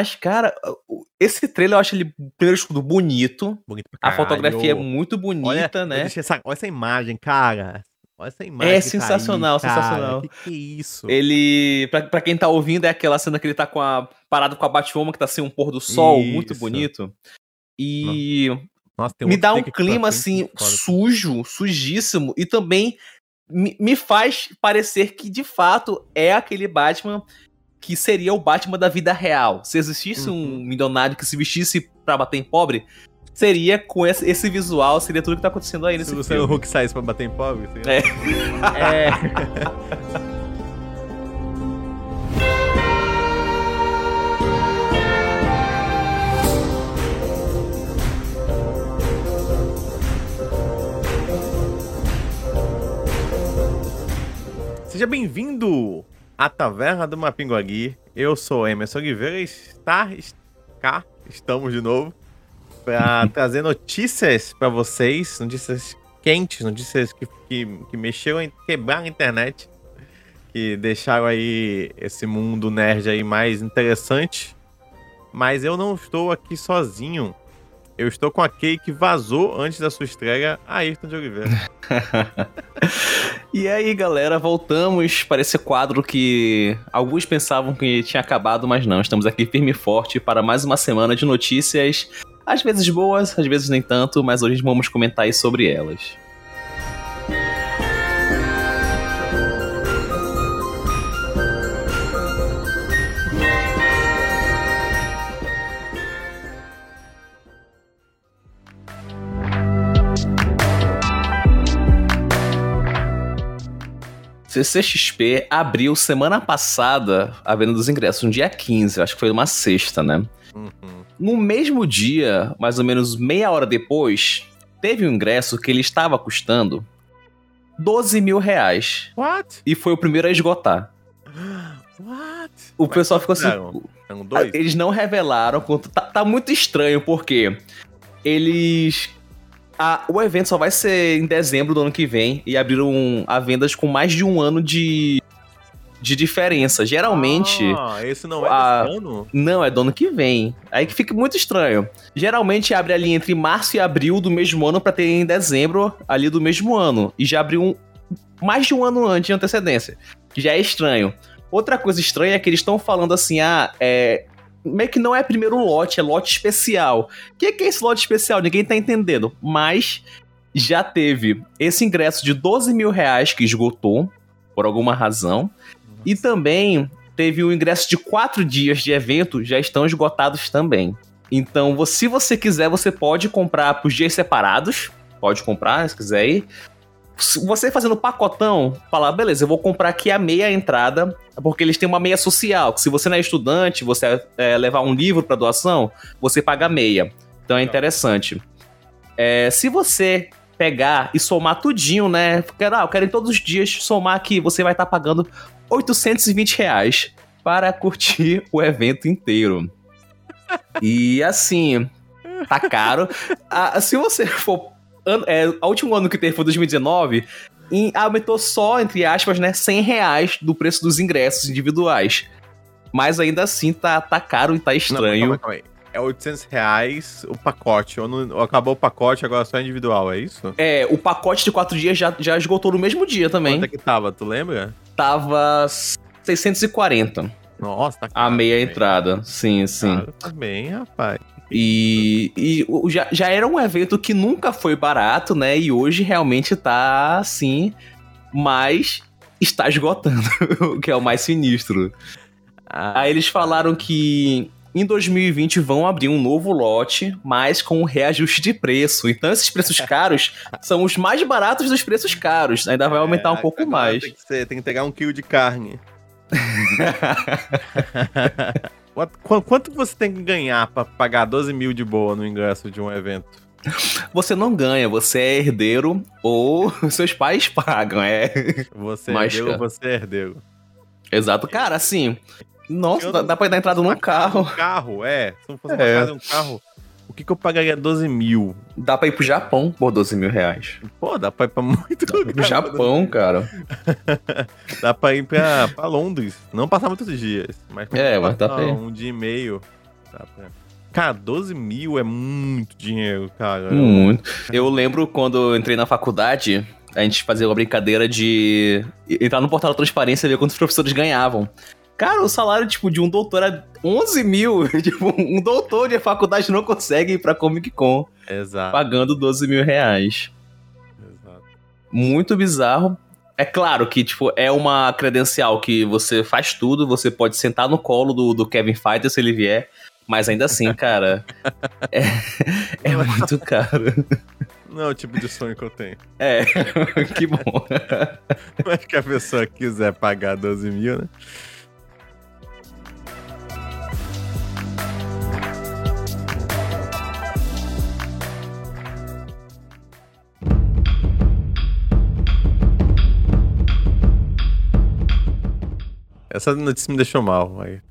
Mas, cara, esse trailer eu acho ele, primeiro de tudo, bonito. Bonito pra A caralho. fotografia é muito bonita, Olha, né? olha essa imagem, cara. Olha essa imagem. É sensacional, tá aí, cara. sensacional. Que é isso? Ele, pra quem tá ouvindo, é aquela cena que ele tá parado com a Batwoman, que tá assim, um pôr do sol, muito Isso. bonito. E Nossa, tem me dá um take aqui pra clima, frente, assim, muito foda. sujíssimo. E também me faz parecer que, de fato, é aquele Batman que seria o Batman da vida real. Se existisse um milionário que se vestisse pra bater em pobre, seria com esse visual, seria tudo que tá acontecendo aí nesse filme. Se o Hulk saísse pra bater em pobre, seria... É. Seja bem-vindo à Taverna do Mapinguari. Eu sou Emerson Oliveira e estamos de novo para trazer notícias para vocês, notícias quentes, notícias que mexeram em quebrar a internet, que deixaram aí esse mundo nerd aí mais interessante. Mas eu não estou aqui sozinho. Eu estou com a Kay que vazou antes da sua estreia, Ayrton de Oliveira. E aí, galera, voltamos para esse quadro que alguns pensavam que tinha acabado, mas não. Estamos aqui firme e forte para mais uma semana de notícias, às vezes boas, às vezes nem tanto, mas hoje vamos comentar aí sobre elas. CCXP abriu semana passada a venda dos ingressos, no dia 15, acho que foi uma sexta, né? No mesmo dia, mais ou menos meia hora depois, teve um ingresso que ele estava custando R$12 mil. What? E foi o primeiro a esgotar. What? O pessoal ficou assim... Eram dois? Eles não revelaram quanto... Tá muito estranho, porque eles... o evento só vai ser em dezembro do ano que vem e abriram a vendas com mais de um ano de diferença. Geralmente... esse não é desse ano? Não, é do ano que vem. Aí que fica muito estranho. Geralmente abre ali entre março e abril do mesmo ano pra ter em dezembro ali do mesmo ano. E já abriu mais de um ano antes de antecedência. Já é estranho. Outra coisa estranha é que eles estão falando assim, meio que não é primeiro lote, é lote especial. O que é esse lote especial? Ninguém tá entendendo. Mas já teve esse ingresso de R$12 mil que esgotou, por alguma razão. Nossa. E também teve o ingresso de 4 dias de evento, já estão esgotados também. Então, se você quiser, você pode comprar por dias separados. Pode comprar, se quiser ir. Você fazendo pacotão, falar, beleza, eu vou comprar aqui a meia entrada, porque eles têm uma meia social, que se você não é estudante, você levar um livro para doação, você paga meia. Então é interessante. Se você pegar e somar tudinho, né? Eu quero em todos os dias somar aqui, você vai estar pagando R$820 para curtir o evento inteiro. E assim, tá caro. Se você for... o último ano que teve foi 2019 e aumentou só, entre aspas, né, R$100 do preço dos ingressos individuais. Mas ainda assim tá caro e tá estranho. Não, calma aí. É R$800 o pacote. Acabou o pacote, agora só individual, é isso? O pacote de 4 dias já esgotou no mesmo dia também. Quanto é que tava, tu lembra? Tava 640. Nossa, tá caro. A meia entrada, sim. Caro também, rapaz. E já era um evento que nunca foi barato, né? E hoje realmente tá assim, mas está esgotando, o que é o mais sinistro. Aí eles falaram que em 2020 vão abrir um novo lote, mas com um reajuste de preço. Então esses preços caros são os mais baratos dos preços caros. Ainda vai aumentar um pouco mais. Tem que pegar 1 quilo de carne. Quanto você tem que ganhar pra pagar 12 mil de boa no ingresso de um evento? Você não ganha, você é herdeiro ou seus pais pagam, Você é herdeiro ou você é herdeiro? Exato, cara, assim... Nossa, dá pra dar entrada num carro. Se não fosse uma casa, um carro, o que eu pagaria 12 mil? Dá pra ir pro Japão por R$12 mil. Pô, dá pra ir pra muito lugar. Pro Japão, cara. Dá pra ir pra Londres. Não passar muitos dias. Mas dá pra ir. Um dia e meio. Cara, 12 mil é muito dinheiro, cara. Muito. Eu lembro quando eu entrei na faculdade, a gente fazia uma brincadeira de entrar no portal da transparência e ver quantos professores ganhavam. Cara, o salário, tipo, de um doutor é 11 mil. Tipo, um doutor de faculdade não consegue ir pra Comic Con. Exato. Pagando 12 mil reais. Exato. Muito bizarro. É claro que, tipo, é uma credencial que você faz tudo, você pode sentar no colo do Kevin Feige se ele vier, mas ainda assim, cara, é muito caro. Não é o tipo de sonho que eu tenho. É, que bom. Mas que a pessoa quiser pagar 12 mil, né? Essa notícia me deixou mal. Aí.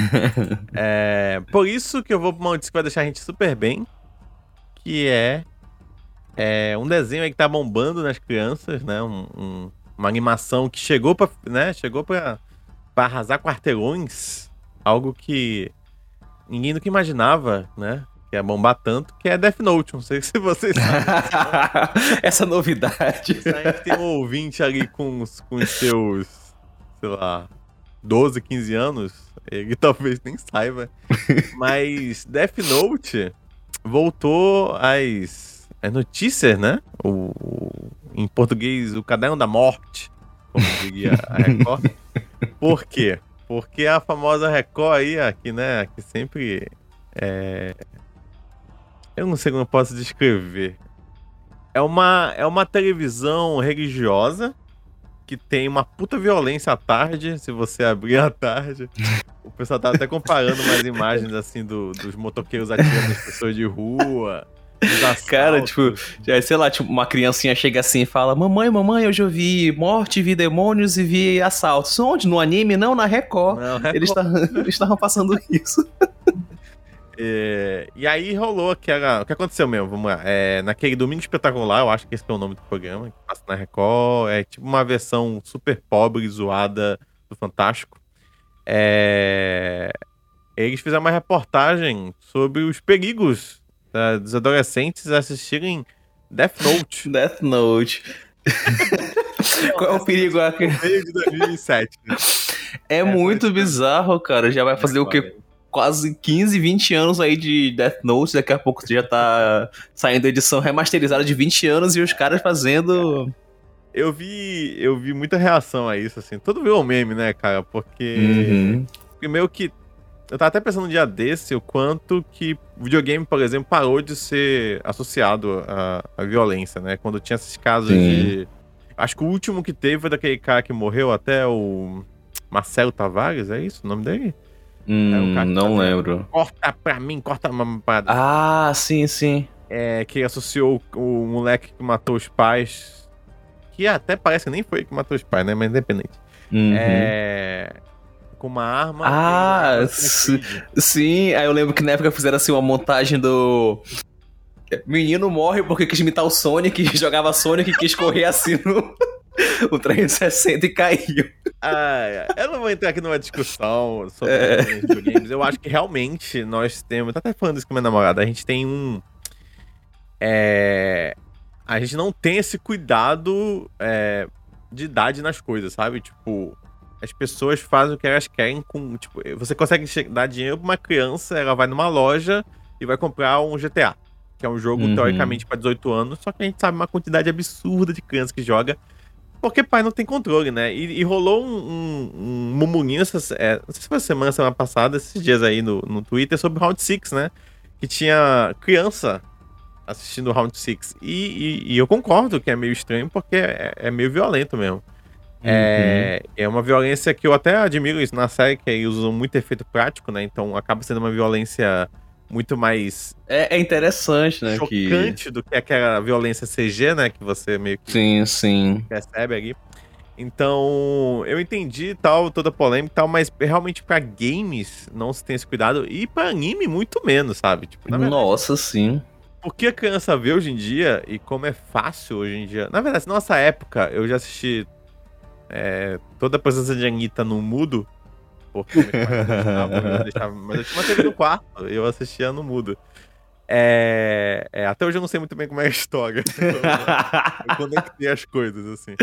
Por isso que eu vou pra uma notícia que vai deixar a gente super bem. Que é um desenho aí que tá bombando nas crianças, né? Uma animação que chegou pra arrasar quarteirões. Algo que ninguém nunca imaginava, né? Que ia bombar tanto, que é Death Note. Não sei se vocês sabem. Essa novidade. Se a gente tem um ouvinte ali com os seus, sei lá, 12, 15 anos, ele talvez nem saiba. Mas Death Note voltou às notícias, né? Em português, o Caderno da Morte, como diria a Record. Por quê? Porque a famosa Record aí, aqui, né? Que sempre eu não sei como eu posso descrever. É uma televisão religiosa que tem uma puta violência à tarde, se você abrir à tarde. O pessoal tá até comparando umas imagens, assim, dos motoqueiros atirando nas pessoas de rua. Cara, tipo, sei lá, tipo, uma criancinha chega assim e fala: Mamãe, hoje eu vi morte, vi demônios e vi assaltos. Onde? No anime? Não, na Record. Não, Record. Eles estavam passando isso. E aí rolou o que aconteceu mesmo, vamos lá. Naquele Domingo Espetacular, eu acho que esse é o nome do programa, que passa na Record. É tipo uma versão super pobre, zoada do Fantástico. Eles fizeram uma reportagem sobre os perigos dos adolescentes assistirem Death Note. Death Note. Qual é o perigo aqui? No meio de 2007. Né? É muito bizarro, cara. Já vai fazer o quê? Quase 15, 20 anos aí de Death Note. Daqui a pouco já tá saindo edição remasterizada de 20 anos e os caras fazendo... Eu vi muita reação a isso, assim. Todo viu o meme, né, cara? Porque... Primeiro que... Eu tava até pensando um dia desse o quanto que videogame, por exemplo, parou de ser associado à violência, né? Quando tinha esses casos de... Acho que o último que teve foi daquele cara que morreu, até o Marcelo Tavares, é isso o nome dele? Não lembro. Corta pra mim, corta uma parada. Ah, sim. Que associou o moleque que matou os pais. Que até parece que nem foi ele que matou os pais, né? Mas independente. Com uma arma. Sim. Aí eu lembro que na época fizeram assim uma montagem do... Menino morre porque quis imitar o Sonic, jogava Sonic e quis correr assim no... O 360 e caiu. Eu não vou entrar aqui numa discussão sobre videogames. Eu acho que realmente nós temos... Tô até falando isso com minha namorada. A gente tem a gente não tem esse cuidado de idade nas coisas, sabe? Tipo, as pessoas fazem o que elas querem com... Tipo, você consegue dar dinheiro pra uma criança, ela vai numa loja e vai comprar um GTA. Que é um jogo, teoricamente, pra 18 anos. Só que a gente sabe uma quantidade absurda de criança que joga. Porque pai não tem controle, né? E rolou um murmurinho, não sei se foi semana passada, esses dias aí no Twitter, sobre Round 6, né? Que tinha criança assistindo o Round 6. E eu concordo que é meio estranho, porque é meio violento mesmo. É uma violência que eu até admiro isso na série, que eles usam muito efeito prático, né? Então acaba sendo uma violência muito mais... É interessante, né? Chocante do que aquela violência CG, né? Que você meio que... Sim. Percebe ali. Então, eu entendi toda a polêmica e tal, mas realmente pra games não se tem esse cuidado. E pra anime, muito menos, sabe? Tipo, na verdade, nossa, sim. O que a criança vê hoje em dia e como é fácil hoje em dia... Na verdade, na nossa época, eu já assisti toda a presença de Anitta no mudo. porque meus pais deixavam, mas eu tinha uma TV no quarto, eu assistia no mudo. Até hoje eu não sei muito bem como é a história. Eu conectei as coisas, assim.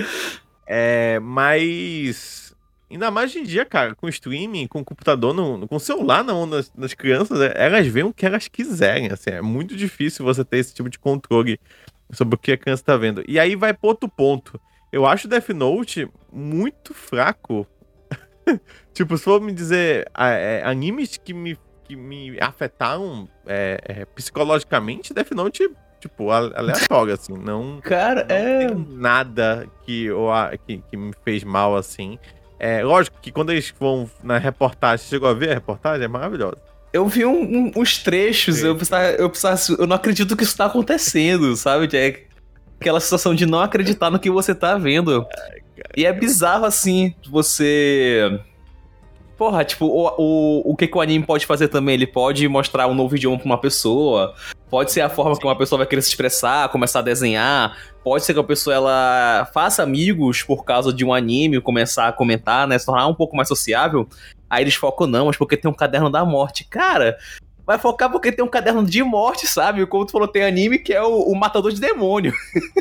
Mas ainda mais hoje em dia, cara, com streaming, com computador, com celular na mão das crianças, elas veem o que elas quiserem, assim. É muito difícil você ter esse tipo de controle sobre o que a criança tá vendo. E aí vai pro outro ponto. Eu acho Death Note muito fraco. Tipo, se for me dizer animes que me afetaram psicologicamente, Death Note, tipo, aleatório, assim. Não, Cara, não tem nada que me fez mal, assim. Lógico que quando eles vão na reportagem, você chegou a ver a reportagem? É maravilhosa. Eu vi uns trechos, eu não acredito que isso tá acontecendo, sabe? É aquela sensação de não acreditar no que você tá vendo. E é bizarro, assim, você... Porra, tipo, o que o anime pode fazer também? Ele pode mostrar um novo idioma pra uma pessoa, pode ser a forma que uma pessoa vai querer se expressar, começar a desenhar, pode ser que a pessoa ela faça amigos por causa de um anime, começar a comentar, né, se tornar um pouco mais sociável. Aí eles focam, não, mas porque tem um caderno da morte. Cara, vai focar porque tem um caderno de morte, sabe? Como tu falou, tem anime que é o matador de demônio.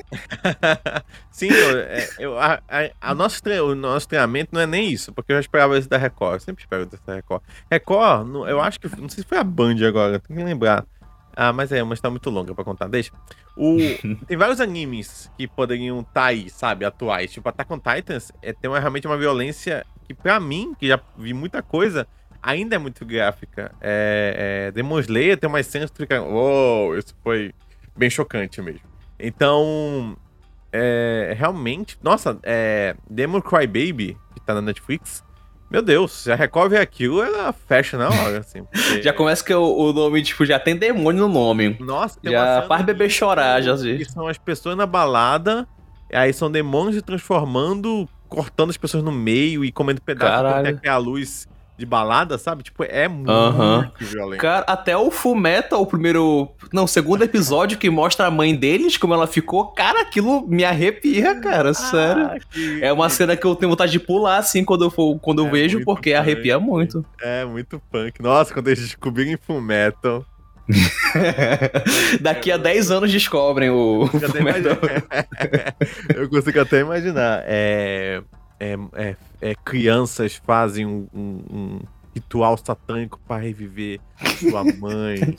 Sim, o nosso treinamento não é nem isso, porque eu já esperava isso da Record, eu sempre espero isso da Record. Record, eu acho que, não sei se foi a Band agora, tem que lembrar. Mas mas tá muito longa pra contar, deixa. Tem vários animes que poderiam estar aí, sabe, atuais. Tipo, Attack on Titans tem realmente uma violência que pra mim, que já vi muita coisa, ainda é muito gráfica. Demon Slayer tem umas cenas que tu fica, isso foi bem chocante mesmo. Então, realmente, nossa, Demon Cry Baby, que tá na Netflix, meu Deus, se a Record vê aquilo, ela fecha na hora, assim. Porque... Já começa que o nome, tipo, já tem demônio no nome. Nossa, tem já faz bebê chorar, já sei. Que são as pessoas na balada, aí são demônios se transformando, cortando as pessoas no meio e comendo pedaços até que a luz de balada, sabe? Tipo, é muito violento. Cara, até o Fullmetal, o segundo episódio que mostra a mãe deles, como ela ficou, cara, aquilo me arrepia, cara, sério. É uma cena que eu tenho vontade de pular, assim, quando eu vejo, porque arrepia muito. É muito punk. Nossa, quando eles descobrirem Fullmetal... Daqui a 10 anos descobrem o Fullmetal. Eu consigo até imaginar. Crianças fazem um ritual satânico para reviver sua mãe.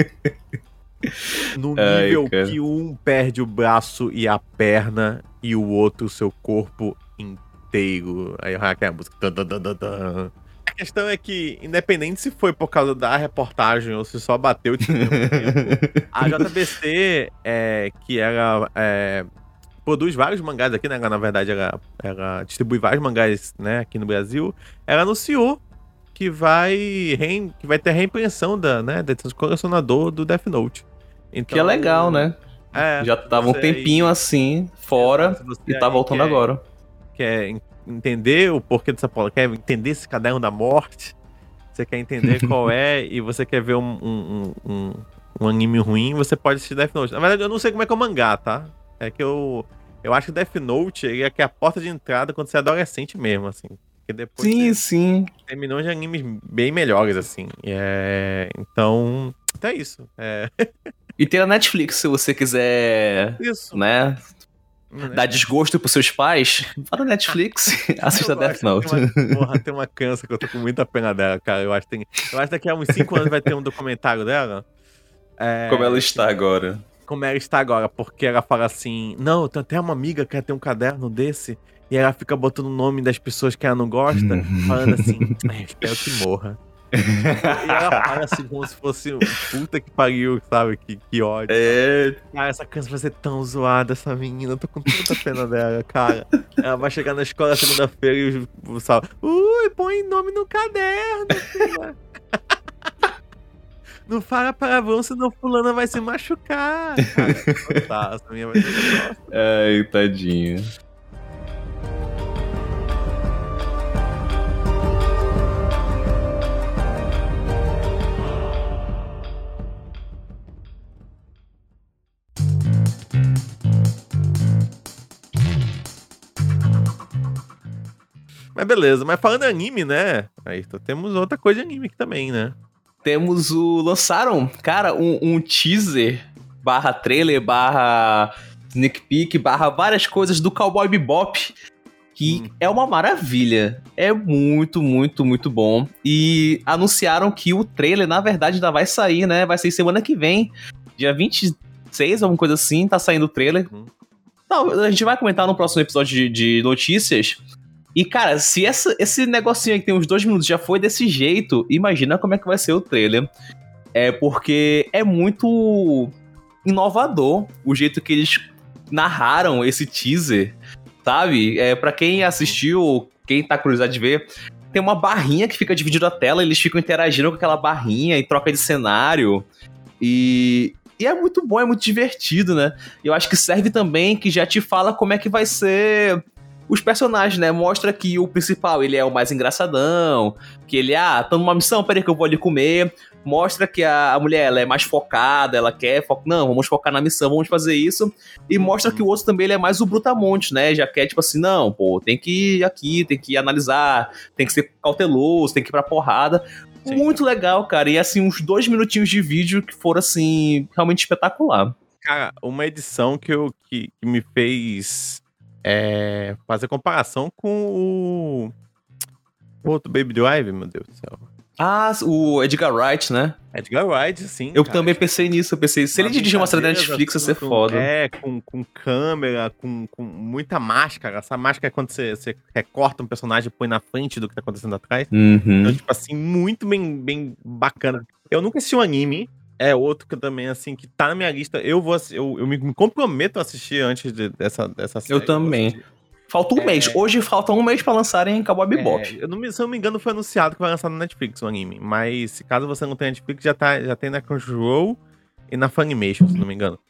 No nível que um perde o braço e a perna e o outro o seu corpo inteiro. Aí a música. A questão é que, independente se foi por causa da reportagem ou se só bateu de tempo, a JBC, que ela produz vários mangás aqui, né? Ela, na verdade, ela distribui vários mangás, né, aqui no Brasil. Ela anunciou que vai ter reimpressão da edição de colecionador do Death Note. Então, que é legal, né? Já tava um tempinho assim, fora, e tá voltando agora. Quer entender o porquê dessa porra? Quer entender esse caderno da morte? Você quer entender qual é e você quer ver um anime ruim, você pode assistir Death Note. Na verdade, eu não sei como é que é o mangá, tá? É que eu acho que Death Note é que é a porta de entrada quando você é adolescente mesmo, assim. Porque depois sim. Tem milhões de animes bem melhores, assim. Então, é isso. E tem a Netflix, se você quiser, isso, né, dar desgosto pros seus pais, para a Netflix, assista Death Note. Tem uma criança que eu tô com muita pena dela, cara. Eu acho que daqui a uns 5 anos vai ter um documentário dela. Como ela está agora. Como ela está agora, porque ela fala assim, não, eu tenho até uma amiga que tem um caderno desse, e ela fica botando o nome das pessoas que ela não gosta, falando assim, espero que morra. E ela fala assim como se fosse puta que pariu, sabe? Que ódio. Cara, essa criança vai ser tão zoada, essa menina. Eu tô com tanta pena dela, cara. Ela vai chegar na escola segunda-feira e o Sal, põe nome no caderno, filha. Não fala palavrão, senão fulana vai se machucar. Cara, essa minha vai ser próxima. Ai, tadinha. Mas beleza, mas falando em anime, né? Aí temos outra coisa de anime aqui também, né? Temos lançaram, cara, um teaser barra trailer, barra sneak peek, barra várias coisas do Cowboy Bebop, que é uma maravilha. É muito, muito, muito bom. E anunciaram que o trailer, na verdade, ainda vai sair, né? Vai sair semana que vem, dia 26, alguma coisa assim, tá saindo o trailer. Não, a gente vai comentar no próximo episódio de notícias. E, cara, se esse negocinho aí que tem uns 2 minutos já foi desse jeito, imagina como é que vai ser o trailer. É porque é muito inovador o jeito que eles narraram esse teaser, sabe? Pra quem assistiu, quem tá curiosidade de ver, tem uma barrinha que fica dividida a tela, eles ficam interagindo com aquela barrinha em troca de cenário. E é muito bom, é muito divertido, né? Eu acho que serve também que já te fala como é que vai ser os personagens, né? Mostra que o principal, ele é o mais engraçadão, que ele, tô numa missão, peraí que eu vou ali comer. Mostra que a mulher, ela é mais focada, ela quer, não, vamos focar na missão, vamos fazer isso. E mostra que o outro também, ele é mais o brutamonte, né? Já quer, tipo assim, não, pô, tem que ir aqui, tem que analisar, tem que ser cauteloso, tem que ir pra porrada. Sim. Muito legal, cara. E assim, uns 2 minutinhos de vídeo que foram, assim, realmente espetacular. Cara, uma edição que me fez fazer comparação com o outro Baby Drive, meu Deus do céu. O Edgar Wright, né? Edgar Wright, sim. Eu também pensei nisso. Eu pensei, se ele dirigir uma série da Netflix, ia ser foda. Com câmera, com muita máscara. Essa máscara é quando você recorta um personagem e põe na frente do que tá acontecendo atrás. Uhum. Então, tipo assim, muito bem bacana. Eu nunca assisti um anime. É outro que também, assim, que tá na minha lista. Eu me comprometo a assistir antes dessa série. Eu também. Falta um mês. Hoje falta um mês pra lançarem Cowboy Bebop. Se eu não me engano, foi anunciado que vai lançar no Netflix o anime. Mas, caso você não tenha Netflix, já tem na Crunchyroll e na Funimation, se não me engano.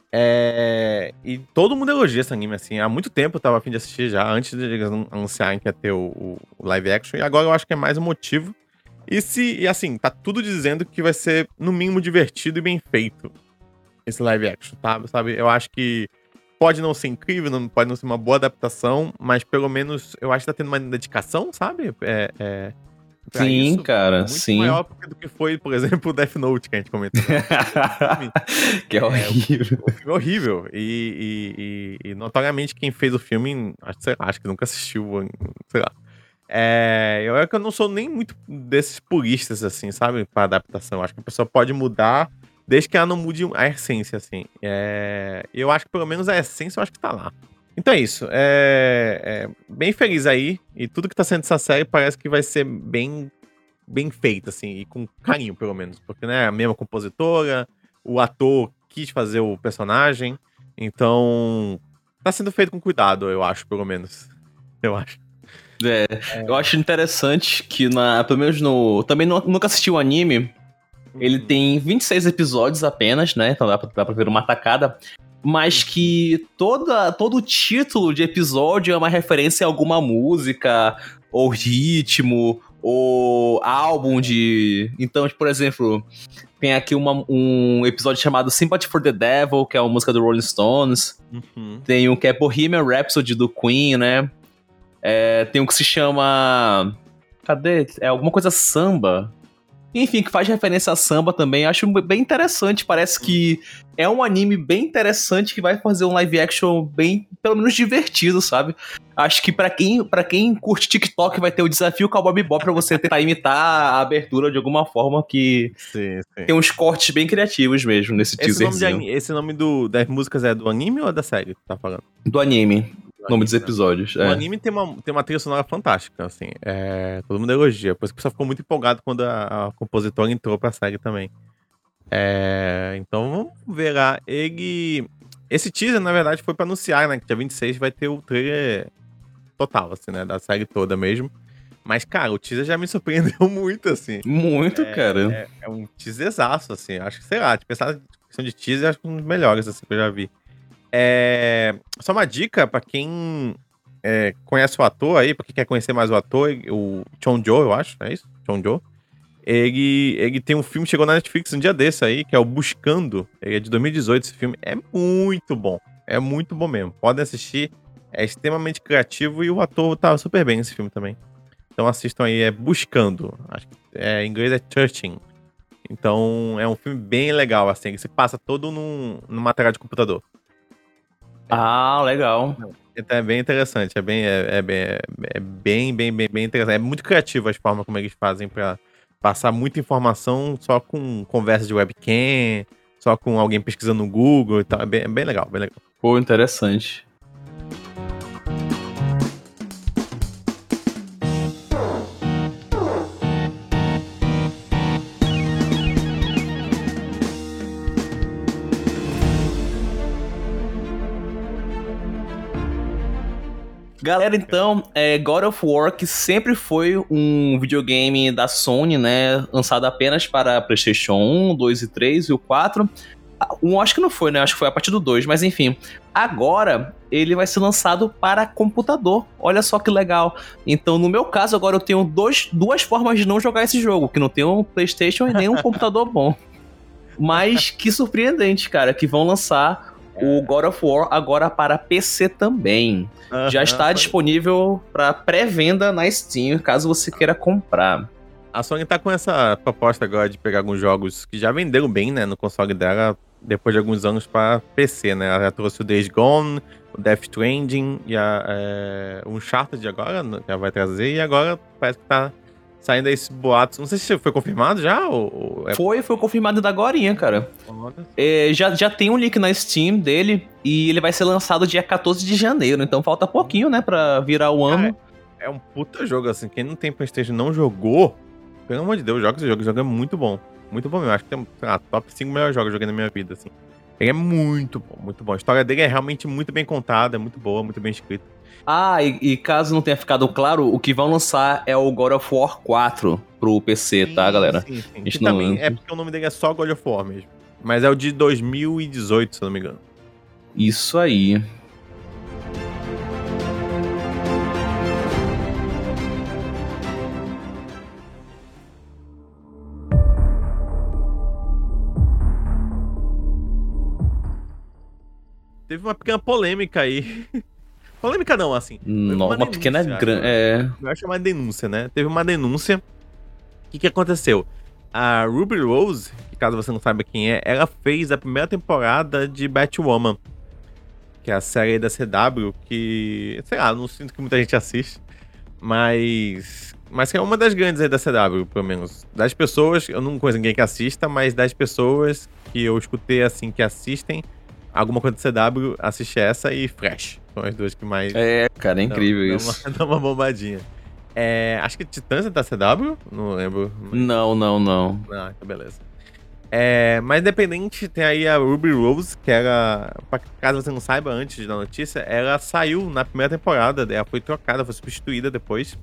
E todo mundo elogia esse anime, assim. Há muito tempo eu tava a fim de assistir já, antes de eles anunciarem que ia ter o live action. E agora eu acho que é mais um motivo. E assim, tá tudo dizendo que vai ser, no mínimo, divertido e bem feito esse live action, tá? Sabe? Eu acho que pode não ser incrível, pode não ser uma boa adaptação, mas pelo menos eu acho que tá tendo uma dedicação, sabe? Sim, isso, cara, muito sim. maior do que foi, por exemplo, o Death Note, que a gente comentou. Que é horrível. O filme é horrível. E notoriamente quem fez o filme, acho que nunca assistiu, sei lá. Eu não sou nem muito desses puristas, assim, sabe? Pra adaptação. Eu acho que a pessoa pode mudar desde que ela não mude a essência, assim. Eu acho que pelo menos a essência eu acho que tá lá. Então é isso. Bem feliz aí. E tudo que tá sendo dessa série parece que vai ser bem feito, assim. E com carinho, pelo menos. Porque, né, a mesma compositora, o ator quis fazer o personagem. Então, tá sendo feito com cuidado, eu acho, pelo menos. Eu acho. Eu acho interessante que, pelo menos também nunca assisti o anime. Ele tem 26 episódios apenas, né? Então dá pra ver uma tacada. Mas que todo o título de episódio é uma referência a alguma música, ou ritmo, ou álbum de... Então, por exemplo, tem aqui um episódio chamado Sympathy for the Devil, que é uma música do Rolling Stones. Tem um que é Bohemian Rhapsody do Queen, né? Tem um que se chama... Cadê? Alguma coisa samba. Enfim, que faz referência a samba também. Acho bem interessante. Parece que é um anime bem interessante que vai fazer um live action bem, pelo menos, divertido, sabe? Acho que pra quem curte TikTok vai ter o desafio Cowboy Bebop pra você tentar imitar a abertura de alguma forma que sim. Tem uns cortes bem criativos mesmo nesse teaserzinho. Esse nome das músicas é do anime ou é da série que tá falando? Do anime. Nome dos episódios. O anime tem uma trilha sonora fantástica, assim. Todo mundo elogia. Por isso que o pessoal ficou muito empolgado quando a compositora entrou pra série também. Então vamos ver lá. Esse teaser, na verdade, foi pra anunciar, né? Que dia 26 vai ter o trailer total, assim, né? Da série toda mesmo. Mas, cara, o teaser já me surpreendeu muito, assim. Muito, cara. É um teaserzaço, assim. Acho que, sei lá, de pensar na questão de teaser, acho que um dos melhores, assim, que eu já vi. Só uma dica pra quem conhece o ator aí, pra quem quer conhecer mais o ator, o Chon Jo, eu acho, não é isso? Chon Jo. Ele tem um filme, chegou na Netflix um dia desse aí, que é o Buscando. Ele é de 2018, esse filme. É muito bom. É muito bom mesmo. Podem assistir. É extremamente criativo e o ator tá super bem nesse filme também. Então assistam aí, é Buscando. Acho que em inglês é Searching. Então é um filme bem legal, assim, que se passa todo numa tela de computador. Ah, legal. Então é bem interessante, bem interessante. É muito criativo as formas como eles fazem pra passar muita informação só com conversa de webcam, só com alguém pesquisando no Google e tal. É bem legal, bem legal. Pô, interessante. Galera, então, God of War, que sempre foi um videogame da Sony, né? Lançado apenas para PlayStation 1, 2 e 3 e o 4. Acho que não foi, né? Acho que foi a partir do 2, mas enfim. Agora, ele vai ser lançado para computador. Olha só que legal. Então, no meu caso, agora eu tenho duas formas de não jogar esse jogo, que não tem um PlayStation e nem um computador bom. Mas que surpreendente, cara, que vão lançar o God of War agora para PC também. Já está disponível para pré-venda na Steam, caso você queira comprar. A Sony tá com essa proposta agora de pegar alguns jogos que já venderam bem, né, no console dela, depois de alguns anos para PC, né? Ela já trouxe o Days Gone, o Death Stranding e o Uncharted agora, que ela vai trazer, e agora parece que tá saindo esses boatos. Não sei se foi confirmado já ou... Foi confirmado ainda agorinha, cara. Já tem um link na Steam dele e ele vai ser lançado dia 14 de janeiro, então falta pouquinho, né, pra virar o ano. É um puta jogo, assim, quem não tem PlayStation não jogou, pelo amor de Deus, joga esse jogo. O jogo é muito bom. Muito bom mesmo. Acho que tem top 5 melhores jogos que eu joguei na minha vida, assim. Ele é muito bom, muito bom. A história dele é realmente muito bem contada, é muito boa, muito bem escrita. E caso não tenha ficado claro, o que vão lançar é o God of War 4 pro PC, tá, galera? Sim. Que também é porque o nome dele é só God of War mesmo. Mas é o de 2018, se eu não me engano. Isso aí. Teve uma pequena polêmica aí. Polêmica não, assim. Uma pequena... Eu acho uma denúncia, né? Teve uma denúncia. O que aconteceu? A Ruby Rose, que caso você não saiba quem é, ela fez a primeira temporada de Batwoman. Que é a série da CW que... Sei lá, não sinto que muita gente assiste. Mas que é uma das grandes aí da CW, pelo menos. Das pessoas, eu não conheço ninguém que assista, mas das pessoas que eu escutei, assim, que assistem alguma coisa da CW, assiste essa e Fresh. São as duas que mais... cara, é incrível isso. Dá uma bombadinha. Acho que Titãs é da CW? Não lembro. Não. Ah, então beleza. Mas independente, tem aí a Ruby Rose, que era... Caso você não saiba, antes da notícia, ela saiu na primeira temporada, ela foi trocada, foi substituída depois.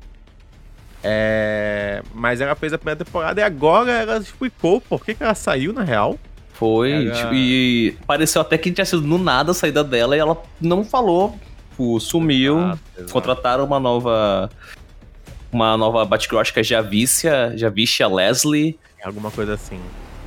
Mas ela fez a primeira temporada e agora ela explicou por que ela saiu, na real. Foi, e pareceu até que tinha sido no nada a saída dela e ela não falou, sumiu, exato. Contrataram uma nova Batgirl, acho que é Javicia Leslie. Alguma coisa assim.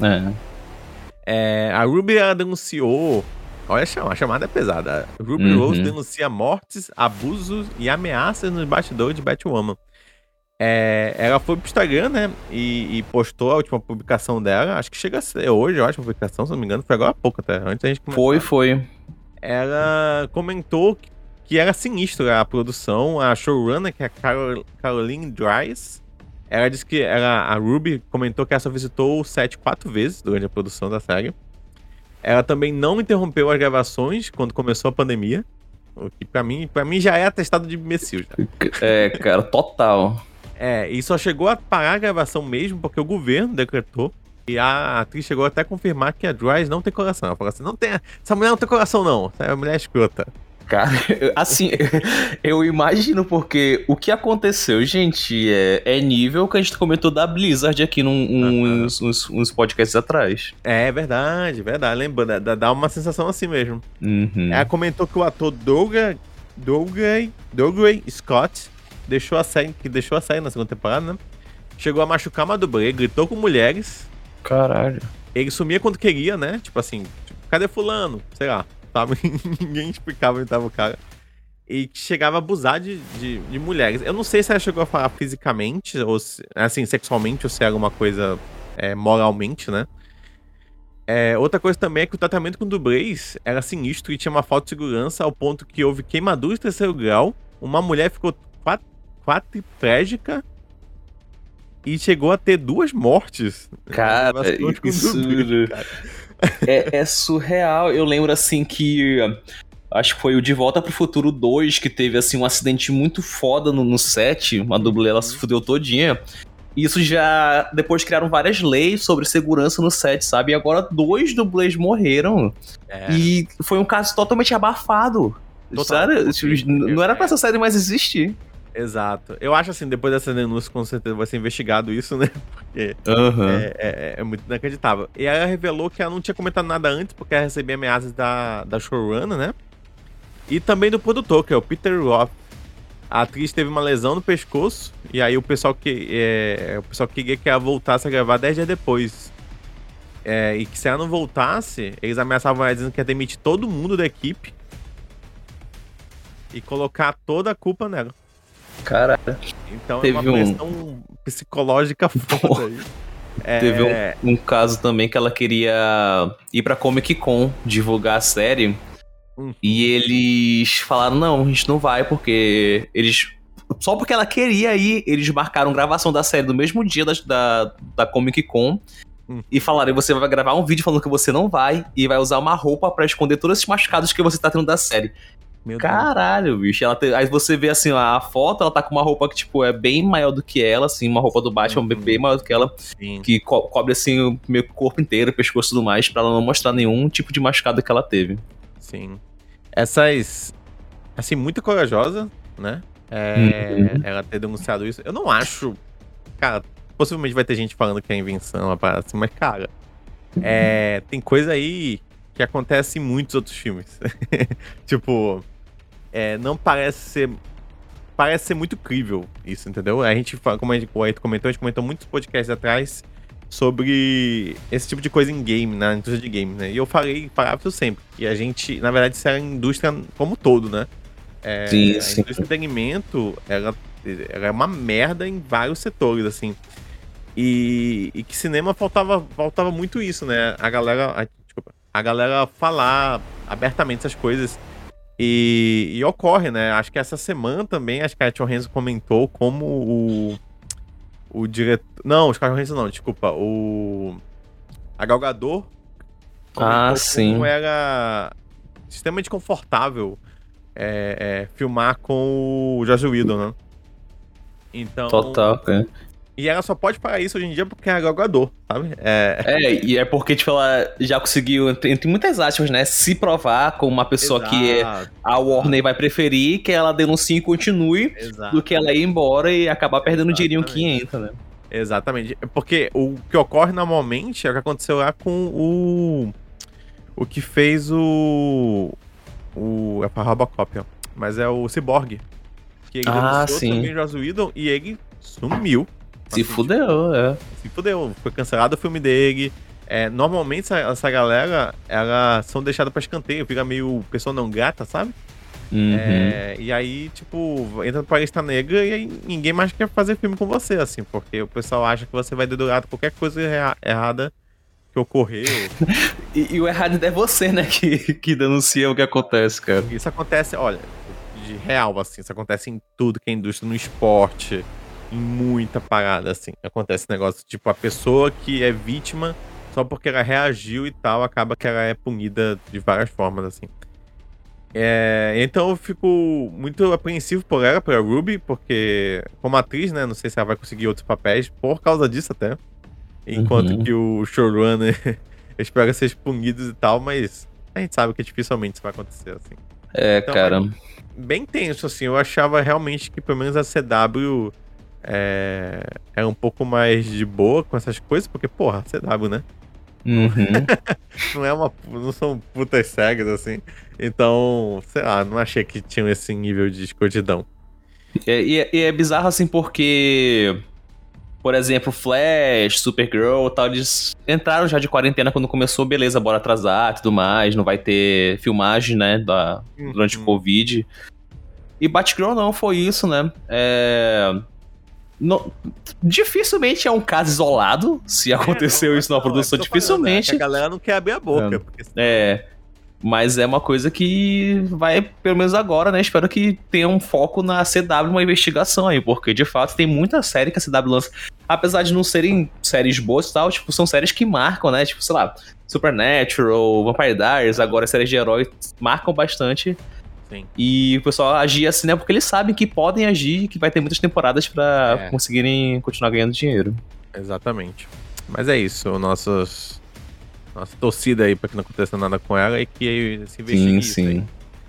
A Ruby, ela denunciou, olha a chamada é pesada, a Ruby Rose denuncia mortes, abusos e ameaças nos bastidores de Batwoman. Ela foi pro Instagram, né, e postou a última publicação dela, acho que chega a ser hoje, eu acho, a publicação, se não me engano, foi agora há pouco até, antes da gente começar. Foi. Ela comentou que era sinistro a produção, a showrunner, que é a Caroline Dries, ela disse que a Ruby comentou que ela só visitou o set 4 vezes durante a produção da série. Ela também não interrompeu as gravações quando começou a pandemia, o que pra mim já é atestado de imbecil. Já. Cara, total. E só chegou a parar a gravação mesmo porque o governo decretou. E a atriz chegou até a confirmar que a Dries não tem coração. Ela falou assim, essa mulher não tem coração não, essa mulher é escrota. Cara, assim, eu imagino porque o que aconteceu, gente, é nível que a gente comentou da Blizzard aqui uns podcasts atrás. É verdade. Lembra, dá uma sensação assim mesmo. Ela comentou que o ator Dougray Scott deixou a série na segunda temporada, né? Chegou a machucar uma dublê, gritou com mulheres. Caralho. Ele sumia quando queria, né? Tipo assim, cadê fulano? Sei lá. Sabe? Ninguém explicava onde tava o cara. e que chegava a abusar de mulheres. Eu não sei se ela chegou a falar fisicamente, ou assim, sexualmente, ou se era uma coisa moralmente, né? Outra coisa também é que o tratamento com dublês era sinistro e tinha uma falta de segurança ao ponto que houve queimadura de 3º grau, uma mulher ficou quadriplégica e chegou a ter 2 mortes. Cara, isso dublê, cara. É surreal. Eu lembro, assim, que acho que foi o De Volta pro Futuro 2 que teve, assim, um acidente muito foda no set. Uma dublê, ela se fudeu todinha. Isso já... Depois criaram várias leis sobre segurança no set, sabe? E agora 2 dublês morreram. E foi um caso totalmente abafado. Sério? Não era pra essa série mais existir. Exato. Eu acho assim, depois dessa denúncia, com certeza vai ser investigado isso, né? Porque é muito inacreditável. E ela revelou que ela não tinha comentado nada antes, porque ela recebia ameaças da showrunner, né? E também do produtor, que é o Peter Roth. A atriz teve uma lesão no pescoço, e aí o pessoal queria que ela voltasse a gravar 10 dias depois. E que se ela não voltasse, eles ameaçavam ela dizendo que ia demitir todo mundo da equipe e colocar toda a culpa nela. Caralho. Então teve uma pressão psicológica foda aí. Teve um caso também que ela queria ir pra Comic Con divulgar a série. E eles falaram, não, a gente não vai, porque eles... Só porque ela queria ir, eles marcaram gravação da série no mesmo dia da Comic Con. E falaram, você vai gravar um vídeo falando que você não vai, e vai usar uma roupa pra esconder todos esses machucados que você tá tendo da série. Meu Caralho, Deus. Bicho. Aí você vê, assim, a foto, ela tá com uma roupa que, tipo, é bem maior do que ela, assim, uma roupa do Batman bem maior do que ela. Sim. Que cobre, assim, o meu corpo inteiro, pescoço e tudo mais, pra ela não mostrar nenhum tipo de machucado que ela teve. Sim. Essas... Assim, muito corajosa, né? Ela ter denunciado isso. Eu não acho... Cara, possivelmente vai ter gente falando que é invenção, uma parada assim, mas, cara... Tem coisa aí que acontece em muitos outros filmes. Tipo... não parece ser... Parece ser muito crível isso, entendeu? A gente, como a gente comentou muitos podcasts atrás sobre esse tipo de coisa em game, na indústria de game, né? E eu falava isso sempre. E a gente, na verdade, isso é a indústria como um todo, né? Sim. A indústria de entretenimento, ela é uma merda em vários setores, assim. E que cinema faltava muito isso, né? A galera falar abertamente essas coisas. E ocorre, né? Acho que essa semana também, acho que a Johansson comentou como o diretor... Não, o Scarlett Johansson não, desculpa. A Gal Gadot sim. Como era extremamente confortável filmar com o Joss Whedon, né? Então... Total, cara. E ela só pode parar isso hoje em dia porque é a Gal Gadot, sabe? E é porque, tipo, ela já conseguiu, entre muitas aspas, né, se provar como uma pessoa que a Warner vai preferir, que ela denuncie e continue, do que ela ir embora e acabar perdendo o dinheirinho que entra, né? Exatamente. Porque o que ocorre normalmente é o que aconteceu lá com o que fez é pra Robocop, ó. Mas é o Cyborg. Que ele denunciou também o Joss Whedon e ele sumiu. Se fudeu, Se fudeu. Foi cancelado o filme dele. Normalmente essa galera, elas são deixadas pra escanteio, fica meio pessoa não grata, sabe? E aí, tipo, entra pra lista negra e aí ninguém mais quer fazer filme com você, assim, porque o pessoal acha que você vai dedurar qualquer coisa errada que ocorreu. e o errado é você, né, que denuncia o que acontece, cara. Isso acontece, olha, de real, assim, isso acontece em tudo que é indústria, no esporte, em muita parada, assim. Acontece esse negócio, tipo, a pessoa que é vítima, só porque ela reagiu e tal, acaba que ela é punida de várias formas, assim. Então eu fico muito apreensivo por ela, pela Ruby, porque como atriz, né, não sei se ela vai conseguir outros papéis por causa disso até. Enquanto que o showrunner espera ser punidos e tal, mas a gente sabe que dificilmente isso vai acontecer, assim. Então, cara... Bem tenso, assim, eu achava realmente que pelo menos a CW é um pouco mais de boa com essas coisas, porque, porra, CW, né? Não são putas cegas, assim. Então, sei lá, não achei que tinham esse nível de escrotidão. E é bizarro, assim, porque... Por exemplo, Flash, Supergirl e tal, eles entraram já de quarentena quando começou, beleza, bora atrasar e tudo mais, não vai ter filmagem, né, durante o Covid. E Batgirl não foi isso, né? Dificilmente é um caso isolado, se aconteceu isso na produção, dificilmente. Falando, a galera não quer abrir a boca. Porque mas é uma coisa que vai, pelo menos agora, né? Espero que tenha um foco na CW, uma investigação aí, porque de fato tem muita série que a CW lança, apesar de não serem séries boas e tal, tipo, são séries que marcam, né? Tipo, sei lá, Supernatural, Vampire Diaries, agora séries de heróis marcam bastante. Sim. E o pessoal agir assim, né? Porque eles sabem que podem agir e que vai ter muitas temporadas pra conseguirem continuar ganhando dinheiro. Exatamente. Mas é isso, nossa torcida aí pra que não aconteça nada com ela e que se investigue isso aí.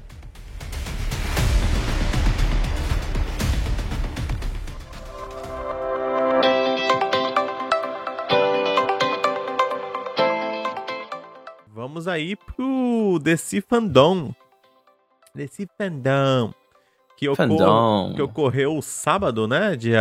Vamos aí pro DC Fandom. DC Fandom. Que ocorreu sábado, né? Dia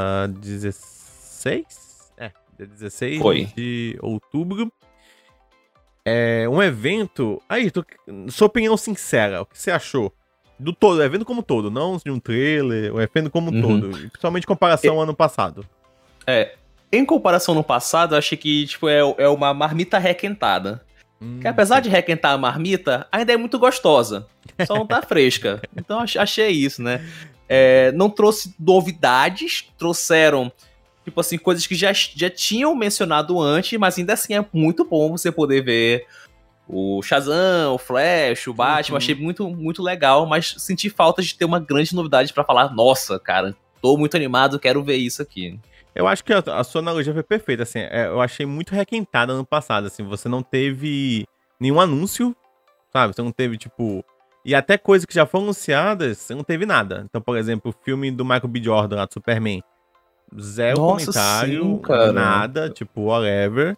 16? Dia 16 de outubro. É um evento... Aí, sua opinião sincera, o que você achou? Do todo, o evento como todo, não de um trailer, o evento como todo. Principalmente em comparação ao ano passado. Em comparação ao ano passado, eu achei que tipo, é uma marmita requentada. Que apesar de requentar a marmita, ainda é muito gostosa. Só não tá fresca. Então achei isso, né? Não trouxe novidades, trouxeram, tipo assim, coisas que já tinham mencionado antes, mas ainda assim é muito bom você poder ver o Shazam, o Flash, o Batman. Achei muito, muito legal, mas senti falta de ter uma grande novidade pra falar, nossa, cara, tô muito animado, quero ver isso aqui. Eu acho que a sua analogia foi perfeita, assim, eu achei muito requentada ano passado, assim, você não teve nenhum anúncio, sabe, você não teve, tipo, e até coisas que já foram anunciadas, você não teve nada. Então, por exemplo, o filme do Michael B. Jordan, lá do Superman, zero comentário, sim, nada, tipo, whatever.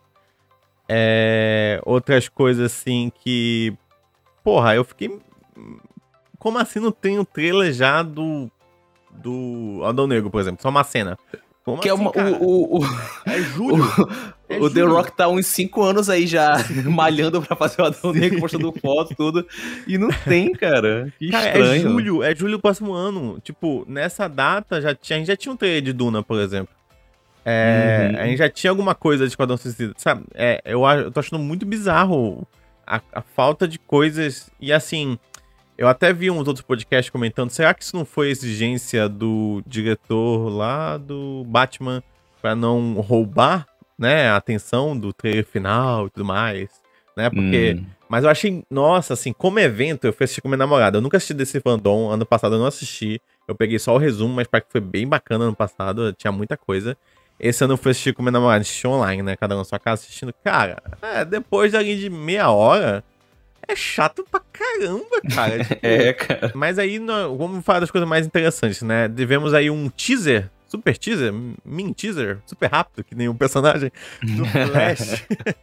Outras coisas, assim, que, porra, eu fiquei, como assim não tem um trailer já do Adão Negro, por exemplo, só uma cena? Como que assim, é julho. O The Rock tá uns 5 anos aí já malhando pra fazer o Adão Negro, postando foto, tudo. E não tem, cara. Que estranho. É julho do próximo ano. Tipo, nessa data, a gente já tinha um trailer de Duna, por exemplo. A gente já tinha alguma coisa de Esquadrão Suicida, sabe? Eu tô achando muito bizarro a falta de coisas. E assim, eu até vi uns outros podcasts comentando, será que isso não foi exigência do diretor lá do Batman pra não roubar, né, a atenção do trailer final e tudo mais, né, porque... Mas eu achei, nossa, assim, como evento, eu fui assistir com minha namorada, eu nunca assisti desse fandom, ano passado eu não assisti, eu peguei só o resumo, mas para que foi bem bacana ano passado, tinha muita coisa. Esse ano eu fui assistir com minha namorada, assisti online, né, cada um na sua casa assistindo, cara, depois ali de meia hora... É chato pra caramba, cara. Tipo, cara. Mas aí, vamos falar das coisas mais interessantes, né? Tivemos aí um teaser, super teaser, mini teaser, super rápido, que nem um personagem do Flash.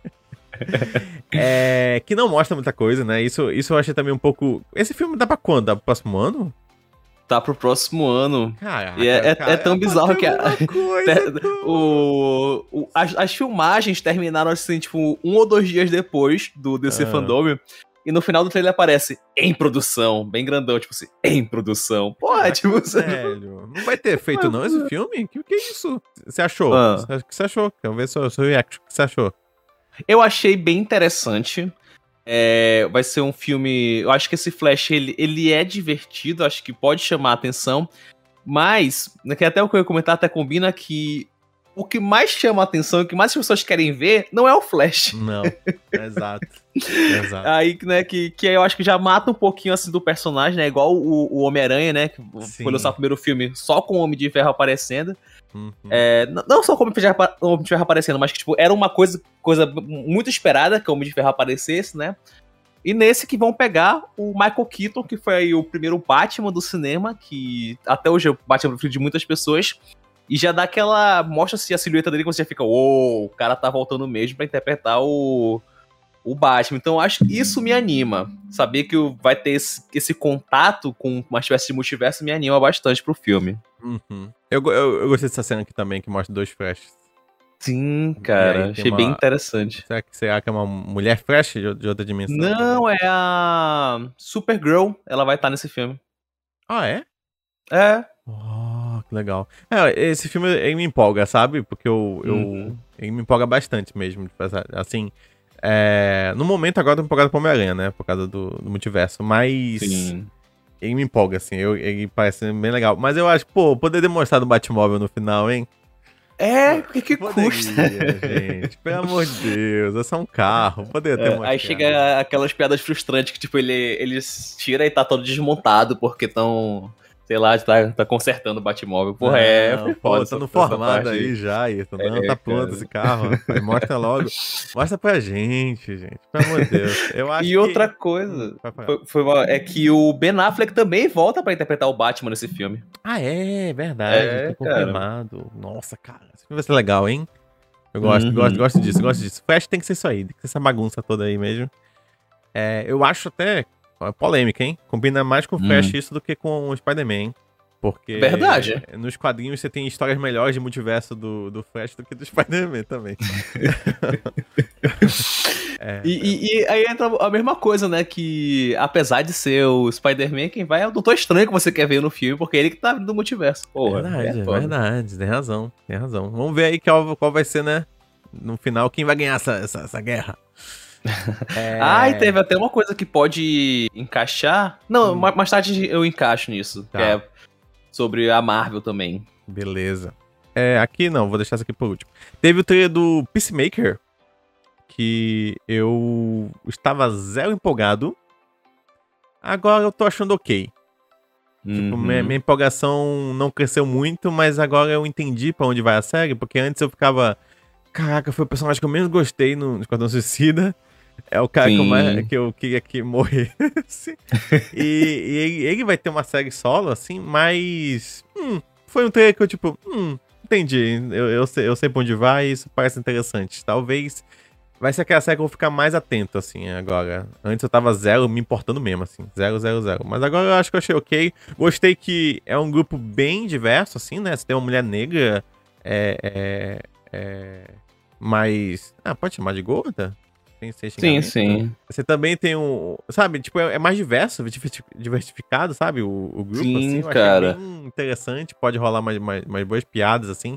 Que não mostra muita coisa, né? Isso eu achei também um pouco... Esse filme dá pra quando? Dá pro próximo ano? Tá pro próximo ano. Caraca, e é tão bizarro que as filmagens terminaram assim, tipo, 1 ou 2 dias depois do DC Fandom. E no final do trailer aparece em produção, bem grandão, tipo assim, em produção. Porra, tipo... Velho, não vai ter feito não esse filme? Que é isso? Você achou? O que você achou? Quero ver seu react. O que você achou? Eu achei bem interessante. Vai ser um filme... Eu acho que esse Flash, ele é divertido, acho que pode chamar a atenção. Mas, que até o que eu ia comentar até combina que o que mais chama a atenção, o que mais as pessoas querem ver, não é o Flash. Não, exato. Aí, né, que eu acho que já mata um pouquinho, assim, do personagem, né, igual o Homem-Aranha, né, que foi lançar o primeiro filme só com o Homem de Ferro aparecendo. Não só com o Homem de Ferro aparecendo, mas que, tipo, era uma coisa muito esperada que o Homem de Ferro aparecesse, né. E nesse que vão pegar o Michael Keaton, que foi aí o primeiro Batman do cinema, que até hoje é o Batman preferido de muitas pessoas. E já dá aquela... Mostra-se a silhueta dele, que você já fica... Uou, o cara tá voltando mesmo pra interpretar o Batman. Então, acho que isso me anima. Saber que vai ter esse contato com uma espécie de multiverso me anima bastante pro filme. Eu gostei dessa cena aqui também, que mostra 2 Flashes. Sim, cara. Achei bem interessante. Será que é uma mulher Flash de outra dimensão? Não, é a Supergirl. Ela vai estar nesse filme. Ah, é? É. Oh, que legal. Esse filme ele me empolga, sabe? Porque ele me empolga bastante mesmo. Tipo, assim, no momento agora eu tô empolgado pro Homem-Aranha, né? Por causa do multiverso. Mas Sim. ele me empolga, assim. Ele parece bem legal. Mas eu acho, pô, poder demonstrar do Batmóvel no final, hein? Porque que custa? Gente, pelo amor de Deus, é só um carro, poderia ter Aí mostrado. chega aquelas piadas frustrantes que, tipo, eles tira e tá todo desmontado porque tão, sei lá, tá consertando o Batmóvel. Porra, foi Pô, foda tá no essa formado parte aí já, Ayrton. Não, tá pronto cara. esse carro, rapaz. Mostra logo. Mostra pra gente. Pelo amor de Deus. Eu acho E outra que... coisa vai falar. é que o Ben Affleck também volta pra interpretar o Batman nesse filme. Ah, é verdade. Tá Cara. confirmado. Nossa, cara. Isso vai ser legal, hein? Eu gosto disso, gosto disso. Flash tem que ser isso aí, tem que ser essa bagunça toda aí mesmo. Eu acho até polêmica, hein? Combina mais com o Flash isso do que com o Spider-Man, hein? Porque Verdade. nos quadrinhos você tem histórias melhores de multiverso do Flash do que do Spider-Man também. E aí entra a mesma coisa, né? Que apesar de ser o Spider-Man, quem vai é o Doutor Estranho que você quer ver no filme, porque é ele que tá vindo do multiverso. Porra, Verdade. Tem razão. Vamos ver aí qual vai ser, né? No final, quem vai ganhar essa guerra. E teve até uma coisa que pode encaixar. Não, mais tarde eu encaixo nisso. Tá. Que é sobre a Marvel também. Beleza. Aqui não, vou deixar isso aqui por último. Teve o trailer do Peacemaker, que eu estava zero empolgado. Agora eu tô achando ok. Tipo, minha empolgação não cresceu muito, mas agora eu entendi pra onde vai a série, porque antes eu ficava... Caraca, foi o personagem que eu menos gostei no Esquadrão Suicida. É o cara que eu queria que morresse. e ele vai ter uma série solo, assim, mas... foi um trailer que eu, tipo... entendi. Eu sei pra onde vai e isso parece interessante. Talvez... vai ser aquela série que eu vou ficar mais atento, assim, agora. Antes eu tava zero, me importando mesmo, assim. Zero. Mas agora eu acho que eu achei ok. Gostei que é um grupo bem diverso, assim, né? Você tem uma mulher negra, mas... pode chamar de gorda? Sim. Você também tem um... Sabe, tipo, é mais diverso, diversificado, sabe? O grupo, Sim, assim. Eu cara. achei bem interessante. Pode rolar mais boas piadas, assim.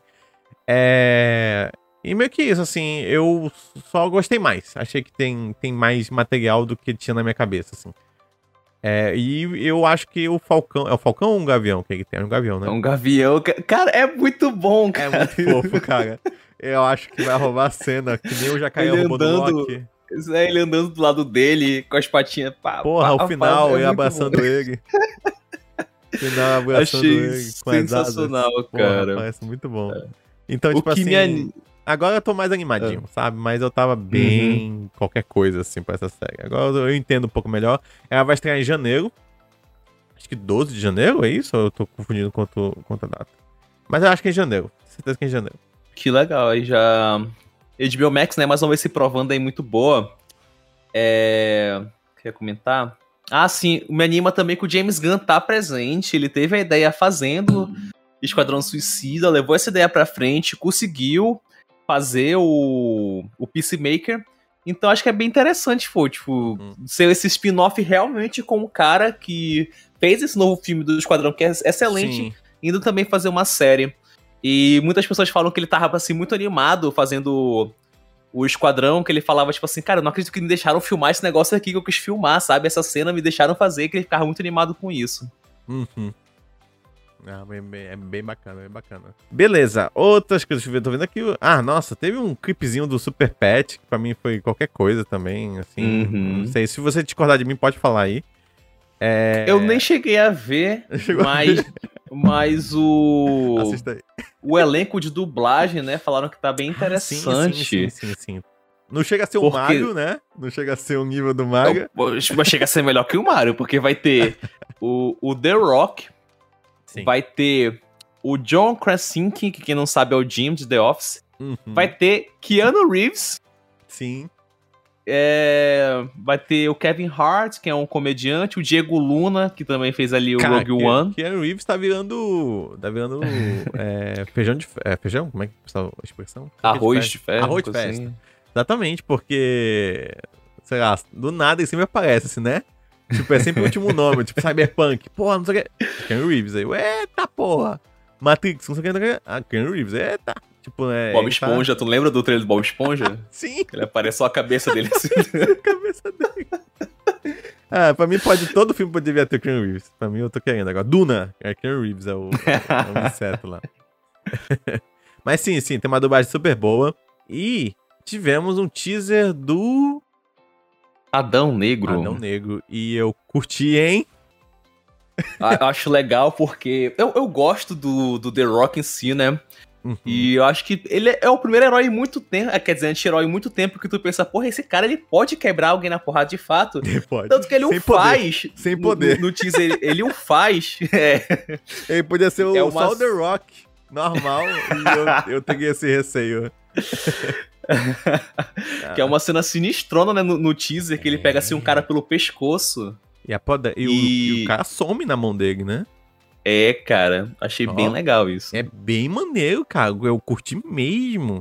E meio que isso, assim, eu só gostei mais. Achei que tem mais material do que tinha na minha cabeça, assim. E eu acho que o Falcão... É o Falcão ou um Gavião que ele tem? É um Gavião, né? É um gavião. Cara, é muito bom, cara. É muito fofo, cara. Eu acho que vai roubar a cena, que nem o Jacaré roubou do Loki. Ele andando do lado dele, com as patinhas... Ao final, ele abraçando ele. Final abraçando ele com sensacional, as asas. cara. Parece muito bom. Então, tipo assim... Agora eu tô mais animadinho, sabe? Mas eu tava bem qualquer coisa, assim, pra essa série. Agora eu entendo um pouco melhor. Ela vai estrear em janeiro. Acho que 12 de janeiro, é isso? Ou eu tô confundindo quanto a data? Mas eu acho que é em janeiro. Certeza que é em janeiro. Que legal, aí já... HBO Max, né, mais uma vez se provando aí muito boa. Quer comentar? Sim, me anima também que o James Gunn tá presente. Ele teve a ideia fazendo Esquadrão Suicida, levou essa ideia pra frente, conseguiu fazer o Peacemaker. Então acho que é bem interessante, ser esse spin-off realmente com o cara que fez esse novo filme do Esquadrão, que é excelente, Sim. indo também fazer uma série. E muitas pessoas falam que ele tava, assim, muito animado fazendo o Esquadrão, que ele falava, tipo assim, cara, eu não acredito que me deixaram filmar esse negócio aqui que eu quis filmar, sabe? Essa cena me deixaram fazer, que ele ficava muito animado com isso. É bem bacana, Beleza, outras coisas que eu tô vendo aqui. Nossa, teve um clipezinho do Super Pet, que pra mim foi qualquer coisa também, assim. Não sei, se você discordar de mim, pode falar aí. Eu nem cheguei a ver, mas Assista aí. O elenco de dublagem, né, falaram que tá bem interessante. Sim. Não chega a ser o Mario, né? Não chega a ser o nível do Mario. Mas chega a ser melhor que o Mario, porque vai ter o The Rock, vai ter o John Krasinski, que quem não sabe é o Jim de The Office, vai ter Keanu Reeves. Sim. Vai ter o Kevin Hart, que é um comediante, o Diego Luna, que também fez ali o Rogue One. Keanu Reeves tá virando feijão de... feijão? Como é que é a expressão? Arroz de festa. Arroz de festa. Exatamente, porque... sei lá, do nada ele sempre aparece, assim, né? Tipo, é sempre o último nome, tipo Cyberpunk. Porra, não sei o que. Keanu Reeves. Aí, eita porra. Matrix, não sei o que. Ah, Keanu Reeves, eita. Tipo, Bob Esponja, tu lembra do trailer do Bob Esponja? Sim. Ele aparece só a cabeça dele assim. A cabeça dele. Ah, pra mim todo filme devia ter Keanu Reeves. Pra mim eu tô querendo. Agora, Duna, Keanu Reeves é o inseto lá. Mas sim, tem uma dublagem super boa. E tivemos um teaser do Adão Negro. Adão Negro. E eu curti, hein? Acho legal porque eu gosto do The Rock em si, né? E eu acho que ele é o primeiro herói em muito tempo, quer dizer, anti-herói em muito tempo, que tu pensa, porra, esse cara ele pode quebrar alguém na porrada de fato. Ele pode. Tanto que ele Sem o faz. Poder. Sem poder. No teaser, ele o faz. É. Ele podia ser uma... só o The Rock, normal, e eu tenho esse receio. Que é uma cena sinistrona, né, no teaser, que ele pega assim um cara pelo pescoço. E o cara some na mão dele, né? É, cara, achei bem legal isso. É bem maneiro, cara. Eu curti mesmo.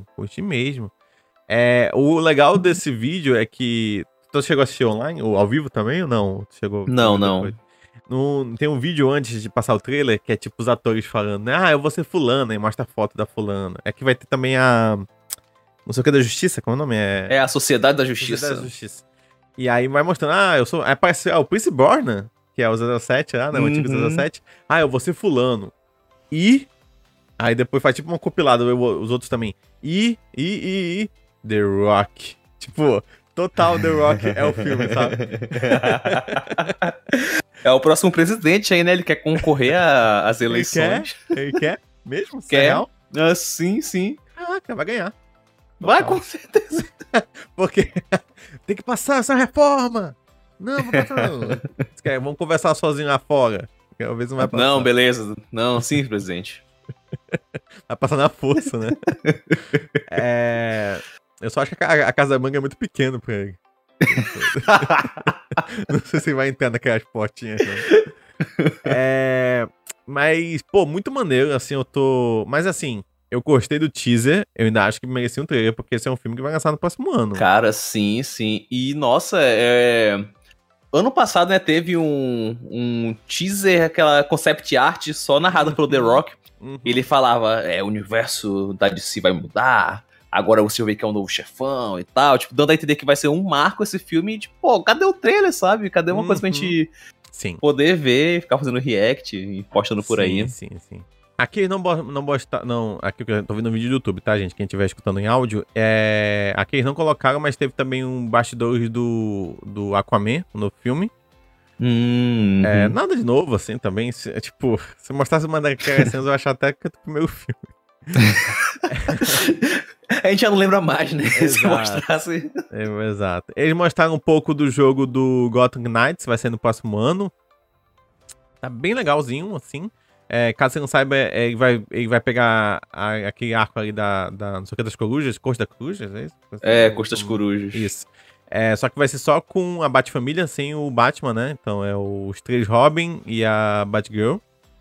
O legal desse vídeo é que... Tu chegou a assistir online, ou ao vivo também, ou não? Não. Tem um vídeo antes de passar o trailer, que é tipo os atores falando, né? Eu vou ser fulana, e mostra a foto da fulana. É que vai ter também a... Não sei o que da Justiça, como é o nome? É a Sociedade da Justiça. Sociedade da Justiça. E aí vai mostrando, eu sou... Aí aparece o Prince Borna, que é o 07 lá, né? O antigo 07. Eu vou ser fulano. E... Aí depois faz tipo uma compilada, os outros também. E... The Rock. Tipo, total The Rock é o filme, sabe? É o próximo presidente aí, né? Ele quer concorrer às eleições. Ele quer? Mesmo? Quer? Real? Sim. Caraca, vai ganhar. Vai, com certeza. Porque tem que passar essa reforma. Não, vou passar não. Vamos conversar sozinho lá fora. Às vezes não vai passar. Não, beleza. Não, sim, presidente. Vai passar na força, né? Eu só acho que a Casa Manga é muito pequena pra ele. Não sei se vai entrar naquelas portinhas. Mas, pô, muito maneiro, assim, Mas, assim, eu gostei do teaser, eu ainda acho que merecia um trailer, porque esse é um filme que vai lançar no próximo ano. Cara, sim. E, nossa, ano passado, né, teve um teaser, aquela concept art só narrada pelo The Rock. Ele falava, o universo da DC vai mudar, agora você vê que é um novo chefão e tal, tipo, dando a entender que vai ser um marco esse filme, e, tipo, pô, cadê o trailer, sabe? Cadê uma coisa pra gente poder ver, ficar fazendo react e postando por aí? Sim. Aqui aqui eu tô vendo um vídeo do YouTube, tá, gente? Quem estiver escutando em áudio, aqui eles não colocaram, mas teve também um bastidores do Aquaman no filme. Nada de novo, assim, também. Tipo, se mostrasse uma daquelas cenas, eu acho até que é o primeiro filme. A gente já não lembra mais, né? Exato. Se mostrasse. Exato. Eles mostraram um pouco do jogo do Gotham Knights, vai ser no próximo ano. Tá bem legalzinho, assim. Caso você não saiba, ele vai pegar aquele arco ali não sei o que das corujas, Costa das Corujas, é isso? Costa das Corujas. Isso. Só que vai ser só com a Batfamília, sem o Batman, né? Então os três Robin e a Batgirl.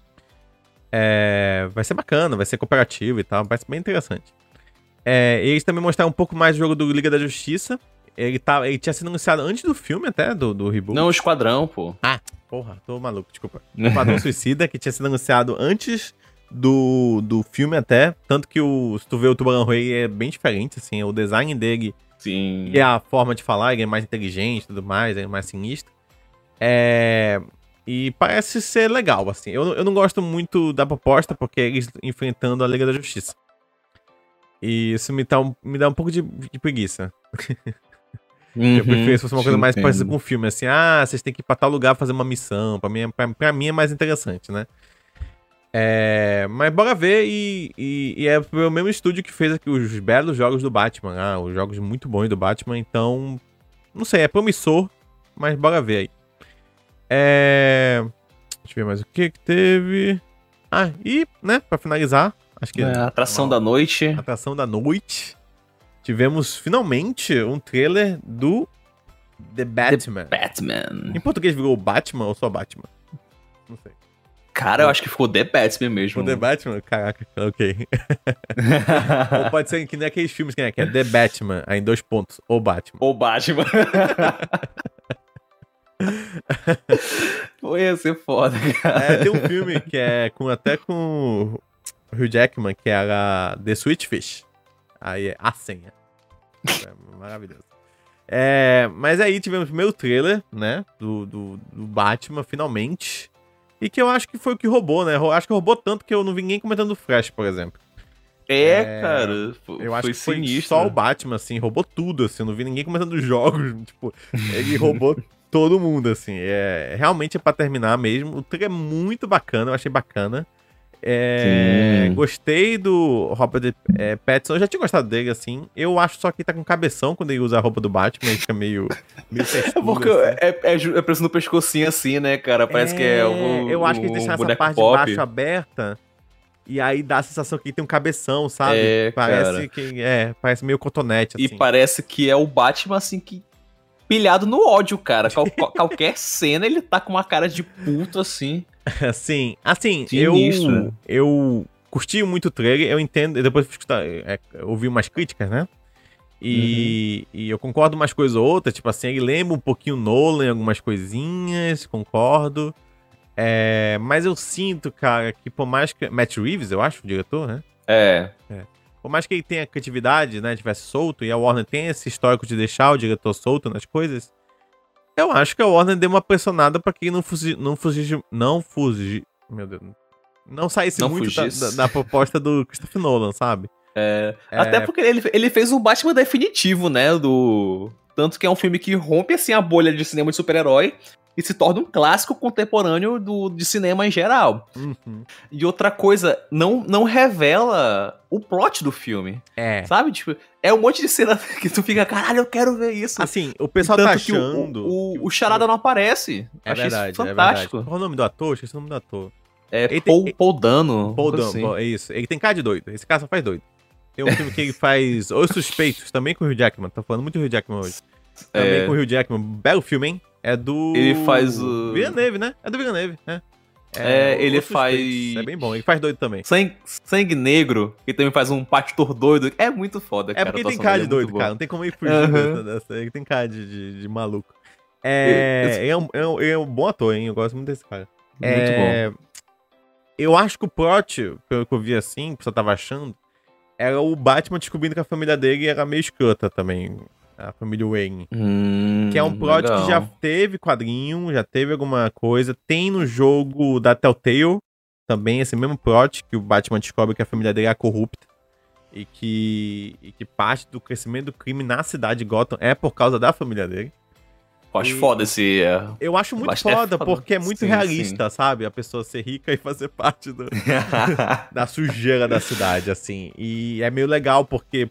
Vai ser bacana, vai ser cooperativo e tal, vai ser bem interessante. Eles também mostraram um pouco mais do jogo do Liga da Justiça. Ele tinha sido anunciado antes do filme até, do reboot. Não, o Esquadrão, pô. Porra, tô maluco, desculpa. O Esquadrão Suicida, que tinha sido anunciado antes do filme até. Tanto que se tu vê o Tubarão Rei é bem diferente, assim, o design dele. Sim. E a forma de falar, ele é mais inteligente e tudo mais, ele é mais sinistro. E parece ser legal, assim. Eu não gosto muito da proposta, porque eles enfrentando a Liga da Justiça. E isso me dá um pouco de preguiça. Eu prefiro se fosse uma coisa mais parecida com o filme, assim, vocês têm que ir pra tal lugar fazer uma missão. Pra mim é mais interessante, né? Mas bora ver, e é o mesmo estúdio que fez aqui os belos jogos do Batman, os jogos muito bons do Batman, então, não sei, é promissor, mas bora ver aí. Deixa eu ver mais o que teve. E, né, pra finalizar, acho que... Atração da noite. Atração da noite. Tivemos, finalmente, um trailer do The Batman. Em português virou Batman ou só Batman? Não sei. Cara, eu acho que ficou The Batman mesmo. O The Batman? Caraca, ok. Ou pode ser que nem aqueles filmes que é The Batman, aí em 2 pontos, ou Batman. Ou Batman. Pô, ia ser foda, cara. É, tem um filme que é até com o Hugh Jackman, que era The Switchfish. Aí é A Senha. É maravilhoso. Mas aí tivemos o primeiro trailer, né? Do Batman, finalmente. E que eu acho que foi o que roubou, né? Acho que roubou tanto que eu não vi ninguém comentando do Flash, por exemplo. Cara, eu acho foi que foi sinistro. só o Batman, assim, roubou tudo, assim. Eu não vi ninguém comentando jogos. Tipo, ele roubou todo mundo, assim. Realmente é pra terminar mesmo. O trailer é muito bacana, eu achei bacana. Gostei do Robert Pattinson, eu já tinha gostado dele, assim. Eu acho só que ele tá com cabeção quando ele usa a roupa do Batman, ele fica meio textudo, porque assim. é preso no pescocinho assim, né, cara? Parece que é eu acho que eles deixaram essa parte de baixo aberta e aí dá a sensação que ele tem um cabeção, sabe? Parece cara. parece meio cotonete, assim. E parece que é o Batman, assim, que pilhado no ódio, cara. Qualquer cena ele tá com uma cara de puto, assim. Sim, assim, Sinistro. eu curti muito o trailer, eu entendo, depois eu ouvi umas críticas, né? E eu concordo umas coisas ou outras, tipo assim, ele lembra um pouquinho Nolan em algumas coisinhas, concordo. Mas eu sinto, cara, que por mais que... Matt Reeves, eu acho, o diretor, né? Por mais que ele tenha criatividade, né, tivesse solto, e a Warner tem esse histórico de deixar o diretor solto nas coisas, eu acho que a Warner deu uma pressionada pra que não saísse muito da proposta do Christopher Nolan, sabe? Até porque ele fez um Batman definitivo, né? Tanto que é um filme que rompe assim a bolha de cinema de super-herói e se torna um clássico contemporâneo de cinema em geral. E outra coisa, não revela o plot do filme. Sabe? Tipo, é um monte de cena que tu fica, caralho, eu quero ver isso. Assim, o pessoal tá achando... O Charada não aparece. Achei verdade, isso fantástico. Qual é o nome do ator? Esqueci o nome do ator. Paul Dano. Paul Dano, é isso. Ele tem cara de doido. Esse cara só faz doido. Tem um filme que ele faz Os Suspeitos, também com o Hugh Jackman. Tô falando muito do Hugh Jackman hoje. Também com o Hugh Jackman. Belo filme, hein? É do... Ele faz o... Villeneuve, né? É do Villeneuve, né? Ele faz... É bem bom. Ele faz doido também. Sangue Negro, que também faz um pastor doido. É muito foda, cara. É porque ele tem cara de doido, cara. Não tem como ele fugir dessa. Ele tem cara de maluco. Ele é um bom ator, hein? Eu gosto muito desse cara. Muito bom. Eu acho que o plot, pelo que eu vi assim, o pessoal tava achando, era o Batman descobrindo que a família dele era meio escrota também. A família Wayne. Que é um plot legal. Que já teve quadrinho, já teve alguma coisa. Tem no jogo da Telltale também esse mesmo plot, que o Batman descobre que a família dele é corrupta. E que parte do crescimento do crime na cidade de Gotham é por causa da família dele. Eu acho foda esse... Eu acho muito foda, porque é muito realista, sabe? A pessoa ser rica e fazer parte da sujeira da cidade, assim. E é meio legal, porque...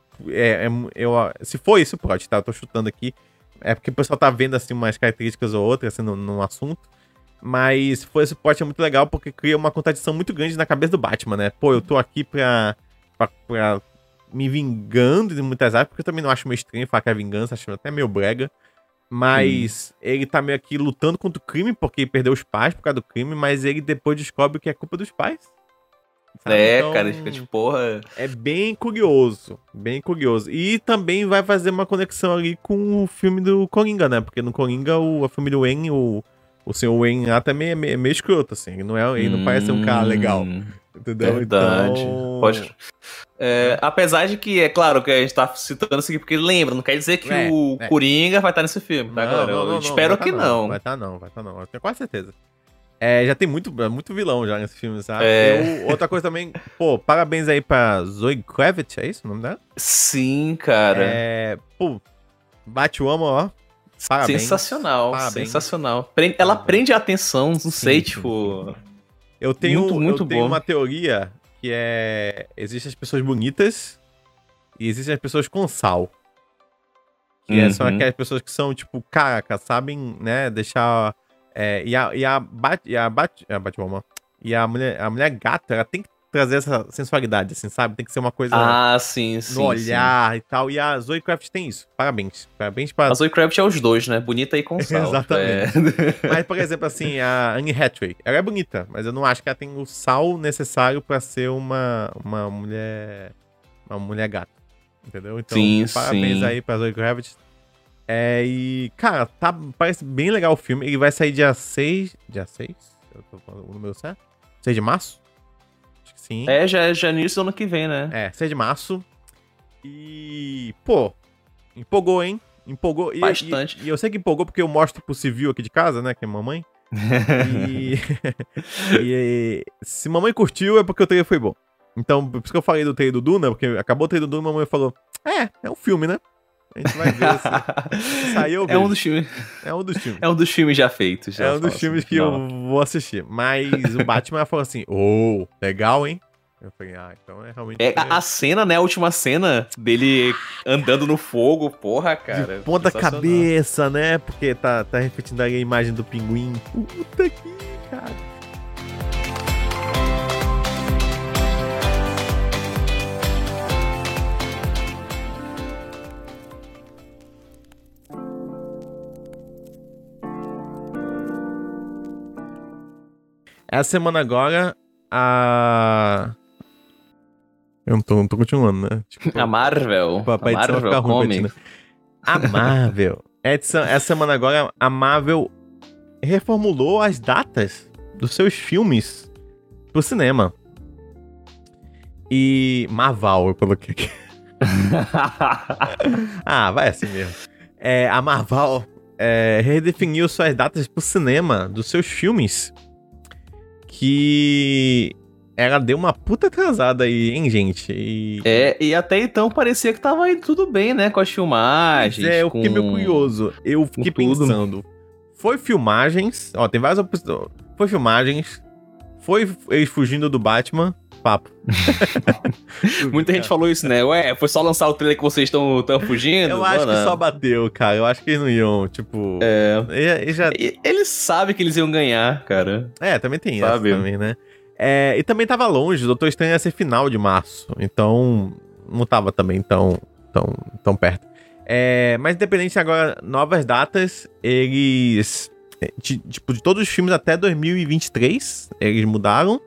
se for isso, pode, tá? Eu tô chutando aqui. É porque o pessoal tá vendo, assim, umas características ou outras, assim, no assunto. Mas se for esse plot é muito legal, porque cria uma contradição muito grande na cabeça do Batman, né? Pô, eu tô aqui pra me vingando de muitas áreas, porque eu também não acho meio estranho falar que é vingança, acho até meio brega. Mas ele tá meio aqui lutando contra o crime, porque ele perdeu os pais por causa do crime, mas ele depois descobre que é culpa dos pais. Sabe? Então, cara, ele fica de porra. É bem curioso, bem curioso. E também vai fazer uma conexão ali com o filme do Coringa, né? Porque no Coringa a família Wayne, o senhor Wayne lá também é meio escroto, assim. Ele não parece ser um cara legal. Entendeu? Verdade. Então... Pode... apesar de que, é claro que a gente tá citando isso aqui porque lembra, não quer dizer que o Coringa vai estar nesse filme, tá, galera? Eu espero que não. Vai estar não. Eu tenho quase certeza. Já tem muito vilão já nesse filme, sabe? Outra coisa também, pô, parabéns aí pra Zoe Kravitz, é isso o nome dela? Sim, cara. Batwoman, ó. Parabéns. Sensacional, sensacional. Ela prende a atenção, não sei, tipo... Eu tenho muito bom. Uma teoria que existem as pessoas bonitas e existem as pessoas com sal. Que são aquelas pessoas que são, tipo, caraca, sabem, né, deixar... Batwoman e a mulher gata, ela tem que trazer essa sensualidade, assim, sabe? Tem que ser uma coisa sim, no olhar e tal. E a Zoe Kravitz tem isso. Parabéns. Parabéns pra... A Zoe Kravitz é os dois, né? Bonita e com sal. Exatamente. Mas, por exemplo, assim, a Anne Hathaway, ela é bonita, mas eu não acho que ela tem o sal necessário pra ser uma mulher gata. Entendeu? Então, parabéns aí pra Zoe Kravitz. E, cara, parece bem legal o filme. Ele vai sair dia 6. Dia 6? Eu tô falando o número certo? 6 de março? Acho que sim. Já início do ano que vem, né? 6 de março. E, pô, empolgou, hein? Empolgou. Bastante. E eu sei que empolgou porque eu mostro pro civil aqui de casa, né? Que é mamãe. E se mamãe curtiu é porque o trailer foi bom. Então, por isso que eu falei do trailer do Duna, porque acabou o trailer do Duna e mamãe falou: é um filme, né? A gente vai ver se saiu. É um dos filmes. É um dos filmes. É um dos filmes já feitos. É um dos filmes que eu vou assistir. Mas o Batman falou assim: legal, hein? Eu falei, então é realmente. A cena, né? A última cena dele andando no fogo, porra, cara. De ponta cabeça, né? Porque tá repetindo ali a imagem do pinguim. Puta que, cara. Essa semana agora, Eu não tô continuando, né? Tipo, a Marvel. A Marvel Comics. Né? A Marvel. Essa semana agora, a Marvel reformulou as datas dos seus filmes pro cinema. E... Marvel, eu coloquei aqui. Vai assim mesmo. A Marvel redefiniu suas datas pro cinema dos seus filmes. Que ela deu uma puta atrasada aí, hein, gente? E até então parecia que tava indo tudo bem, né? Com as filmagens. Eu fiquei meio curioso. Eu fiquei pensando. Foi filmagens. Ó, tem várias opções. Foi filmagens. Foi eles fugindo do Batman. Papo. Muita gente falou isso, né? Foi só lançar o trailer que vocês estão fugindo? Eu acho que só bateu, cara. Eu acho que eles não iam, tipo... Eles sabem que eles iam ganhar, cara. Também tem isso também, né? E também tava longe. O Doutor Estranho ia ser final de março. Então, não tava também tão perto. Mas independente agora, novas datas, eles... Tipo, de todos os filmes até 2023, eles mudaram.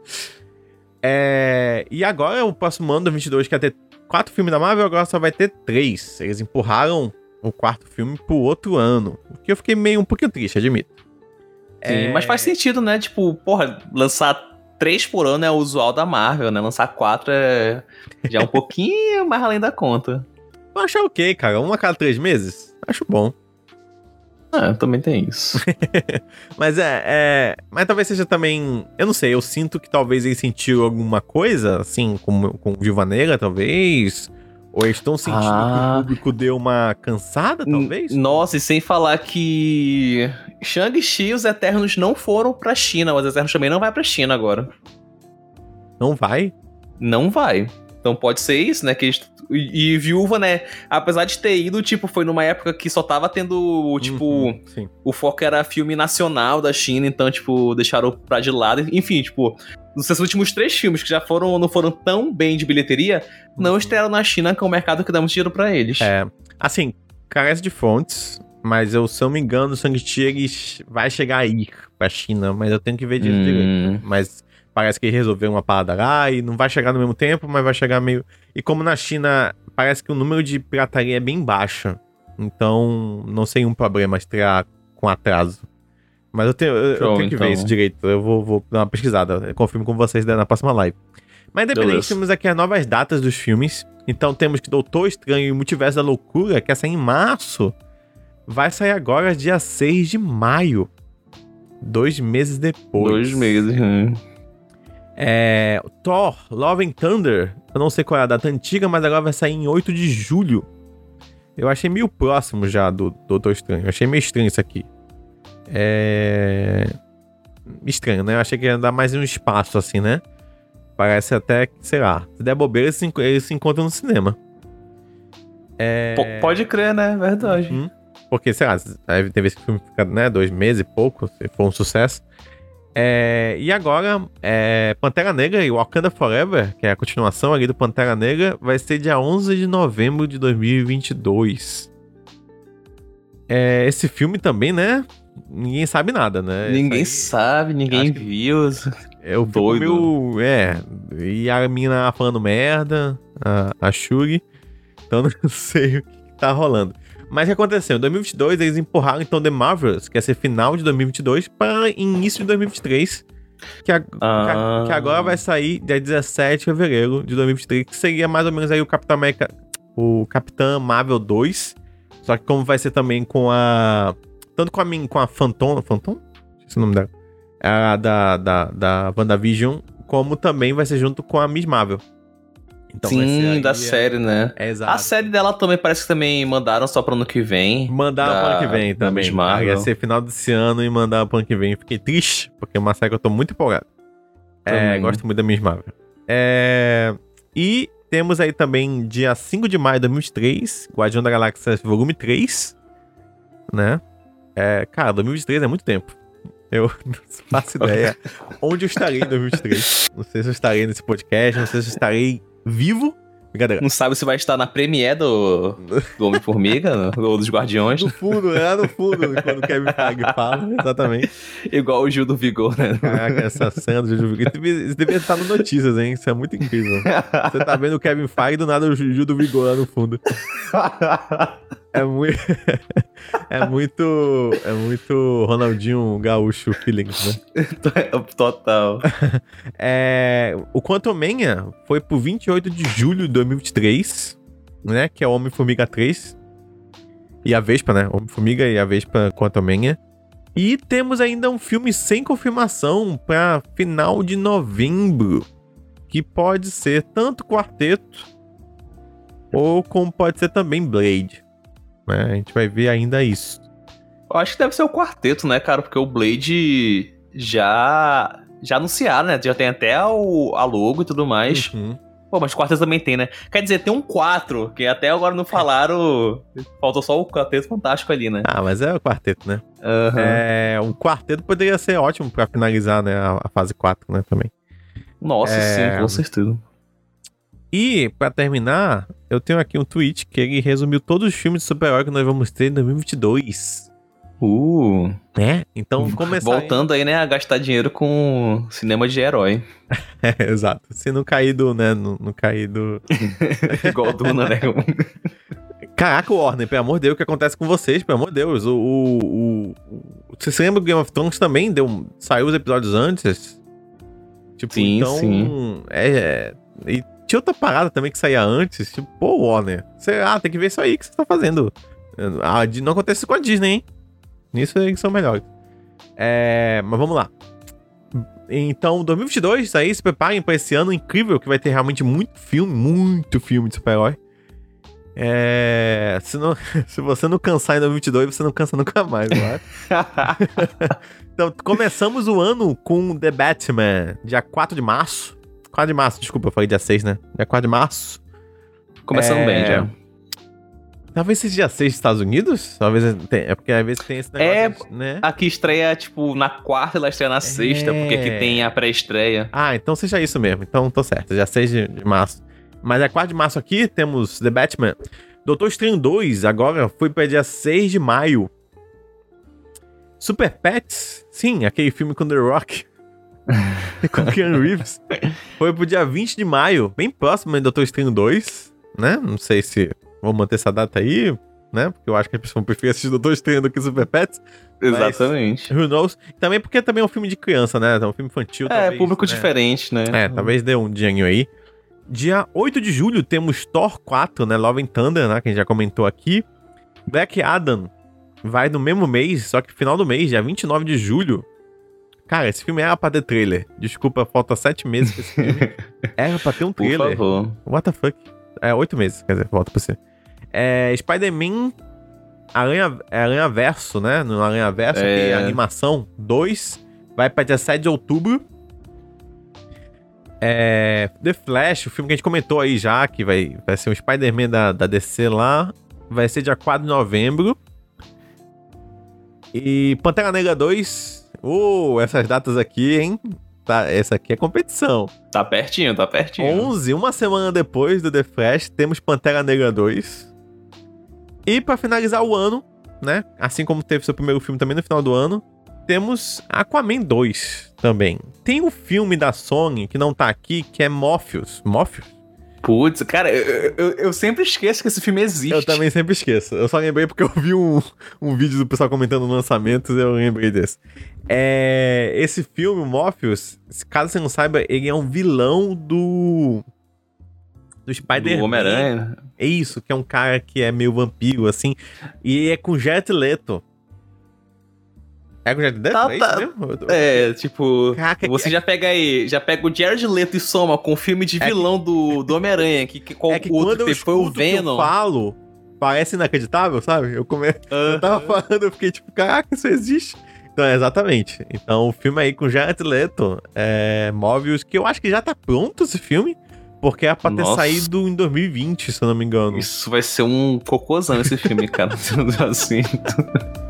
E agora, o próximo ano, 2022, que ia ter 4 filmes da Marvel, agora só vai ter 3. Eles empurraram o 4º filme pro outro ano. O que eu fiquei meio um pouquinho triste, admito. Sim, mas faz sentido, né? Tipo, porra, lançar 3 por ano é o usual da Marvel, né? Lançar 4 já é um pouquinho mais além da conta. Eu acho ok, cara. 1 a cada 3 meses. Acho bom. Também tem isso. Mas mas talvez seja também... Eu não sei, eu sinto que talvez eles sentiram alguma coisa, assim, com Viúva Negra, talvez. Ou eles estão sentindo que o público deu uma cansada, talvez? Nossa, e sem falar que Shang-Chi e os Eternos não foram pra China. Os Eternos também não vai pra China agora. Não vai? Não vai. Então pode ser isso, né? Que eles... E Viúva, né? Apesar de ter ido, tipo, foi numa época que só tava tendo, tipo... o foco era filme nacional da China, então, tipo, deixaram pra de lado. Enfim, tipo, nos seus últimos 3 filmes que já não foram tão bem de bilheteria, não estrearam na China, que é um mercado que dá muito dinheiro pra eles. Assim, carece de fontes, mas se eu não me engano, o Shang-Chi vai chegar aí pra China, mas eu tenho que ver direito. Mas... Parece que resolveu uma parada lá e não vai chegar no mesmo tempo, mas vai chegar meio... E como na China, parece que o número de pirataria é bem baixo. Então, não sei um problema estrear com atraso. Mas eu tenho que ver isso direito. Eu vou dar uma pesquisada. Eu confirmo com vocês na próxima live. Mas independente, temos aqui as novas datas dos filmes. Então temos que Doutor Estranho e o Multiverso da Loucura, que ia sair em março, vai sair agora dia 6 de maio. 2 meses depois. 2 meses, né? Thor, Love and Thunder, eu não sei qual é a data antiga, mas agora vai sair em 8 de julho. Eu achei meio próximo já do Doutor Estranho. Eu achei meio estranho isso aqui. Estranho, né? Eu achei que ia dar mais um espaço assim, né? Parece até que, sei lá, se der bobeira, eles se encontram no cinema. Pode crer, né? Verdade. Porque, sei lá, tem vezes que o filme fica, né, 2 meses e pouco, se for um sucesso. E agora, Pantera Negra e Wakanda Forever, que é a continuação ali do Pantera Negra, vai ser dia 11 de novembro de 2022. Esse filme também, né? Ninguém sabe nada, né? Ninguém sabe, ninguém viu. Eu doido. E a mina falando merda, a Shuri. Então não sei o que tá rolando. Mas o que aconteceu? Em 2022, eles empurraram então The Marvels, que ia ser final de 2022, para início de 2023. Que agora vai sair dia 17 de fevereiro de 2023, que seria mais ou menos aí o Capitão América, o Capitã Marvel 2. Só que como vai ser também com a... Tanto com a Phantom? Esse é o nome dela. A da WandaVision, como também vai ser junto com a Miss Marvel. Então sim, da série, né? Exato. A série dela também parece que também mandaram só pro ano que vem. Mandaram pro ano que vem também. Miss Marvel. Ia ser final desse ano e mandaram pro ano que vem. Fiquei triste, porque é uma série que eu tô muito empolgado. Gosto muito da Miss Marvel. E temos aí também, dia 5 de maio de 2023, Guardião da Galáxia Volume 3, né? Cara, 2023 é muito tempo. Eu não faço ideia onde eu estarei em 2023. Não sei se eu estarei nesse podcast, não sei se eu estarei vivo. Brincadeira. Não sabe se vai estar na premiere do Homem-Formiga ou dos Guardiões. No fundo, no fundo, quando o Kevin Feige fala, exatamente. Igual o Gil do Vigor, né? Caraca, essa cena do Gil do Vigor. Isso devia estar no Notícias, hein? Isso é muito incrível. Você tá vendo o Kevin Feige e do nada o Gil do Vigor lá no fundo. É muito Ronaldinho Gaúcho feelings, né? Total. O Quantumania foi pro 28 de julho de 2023, né? Que é o Homem-Formiga 3. E a Vespa, né? Homem-Formiga e a Vespa Quantumania. E temos ainda um filme sem confirmação pra final de novembro. Que pode ser tanto Quarteto, ou como pode ser também Blade. A gente vai ver ainda isso. Eu acho que deve ser o Quarteto, né, cara? Porque o Blade já anunciaram, né? Já tem até a logo e tudo mais. Uhum. Pô, mas o Quarteto também tem, né? Quer dizer, tem um 4, que até agora não falaram. Faltou só o Quarteto Fantástico ali, né? Ah, mas é o Quarteto, né? Uhum. Um Quarteto poderia ser ótimo pra finalizar, né? A fase 4, né? Também. Nossa, sim, com certeza. E, pra terminar, eu tenho aqui um tweet que ele resumiu todos os filmes de super-herói que nós vamos ter em 2022. Né? Então, começar... Voltando aí, né, a gastar dinheiro com cinema de herói. Exato. Se não cair do, né, não cair do... Igual Duna, né? Caraca, Warner, pelo amor de Deus, o que acontece com vocês? Pelo amor de Deus. Você se lembra do Game of Thrones também? Saiu os episódios antes? Tipo, sim, então... Sim. E tinha outra parada também que saía antes. Tipo, pô, Warner, tem que ver isso aí que você tá fazendo. Não acontece isso com a Disney, hein? Nisso aí que são melhores. Mas vamos lá. Então, 2022, aí se preparem pra esse ano incrível, que vai ter realmente muito filme de super-herói. Se você não cansar em 2022, você não cansa nunca mais, não é? Então, começamos o ano com The Batman, dia 4 de março. 4 de março, desculpa, eu falei dia 6, né? Dia 4 de março. Começando bem, já. Talvez seja dia 6 dos Estados Unidos? Talvez porque às vezes tem esse negócio, né? Aqui estreia, tipo, na quarta e ela estreia na sexta, porque aqui tem a pré-estreia. Então seja isso mesmo. Então tô certo, dia 6 de março. Mas é 4 de março aqui, temos The Batman. Doutor Estranho 2, agora foi pra dia 6 de maio. Super Pets, sim, aquele filme com The Rock. Com Keanu Reeves. Foi pro dia 20 de maio, bem próximo de Doutor Estranho 2, né? Não sei se vou manter essa data aí, né? Porque eu acho que as pessoas vão preferir assistir Doutor Estranho do que Super Pets. Exatamente. Who knows? Também porque também é um filme de criança, né? É um filme infantil. Talvez, público né? diferente, né? Talvez dê um dinheirinho aí. Dia 8 de julho temos Thor 4, né? Love and Thunder, né? Que a gente já comentou aqui. Black Adam vai no mesmo mês, só que final do mês, dia 29 de julho. Cara, esse filme era pra ter trailer. Desculpa, falta 7 meses pra esse filme. Era pra ter um trailer. Por favor. What the fuck? 8 meses, quer dizer, volta pra você. Spider-Man Aranha Verso, né? No Aranha Verso, que é a animação 2, vai pra dia 7 de outubro. The Flash, o filme que a gente comentou aí já, que vai ser um Spider-Man da DC lá, vai ser dia 4 de novembro. E Pantera Negra 2... essas datas aqui, hein? Essa aqui é competição. Tá pertinho. 11, uma semana depois do The Flash, temos Pantera Negra 2. E pra finalizar o ano, né? Assim como teve seu primeiro filme também no final do ano, temos Aquaman 2 também. Tem um filme da Sony que não tá aqui, que é Morpheus. Morpheus? Putz, cara, eu sempre esqueço que esse filme existe. Eu também sempre esqueço. Eu só lembrei porque eu vi um vídeo do pessoal comentando lançamentos e eu lembrei desse. Esse filme, o Morpheus, caso você não saiba, ele é um vilão do Spider-Man. Do Homem-Aranha. É isso, que é um cara que é meio vampiro, assim. E é com Jared Leto. É com Jared Leto? Tá, É isso tá. mesmo? Tipo, Caraca, você já pega o Jared Leto e soma com o filme de vilão do Homem-Aranha, que qual É que o outro quando eu que foi o escuto o que eu Venom. falo, parece inacreditável, sabe? Eu tava falando, eu fiquei tipo, caraca, isso existe? Então, exatamente. Então, o filme aí com Jared Leto, Morbius, que eu acho que já tá pronto esse filme, porque é pra ter Nossa. saído em 2020, se eu não me engano. Isso vai ser um cocôzão esse filme, cara. Assim.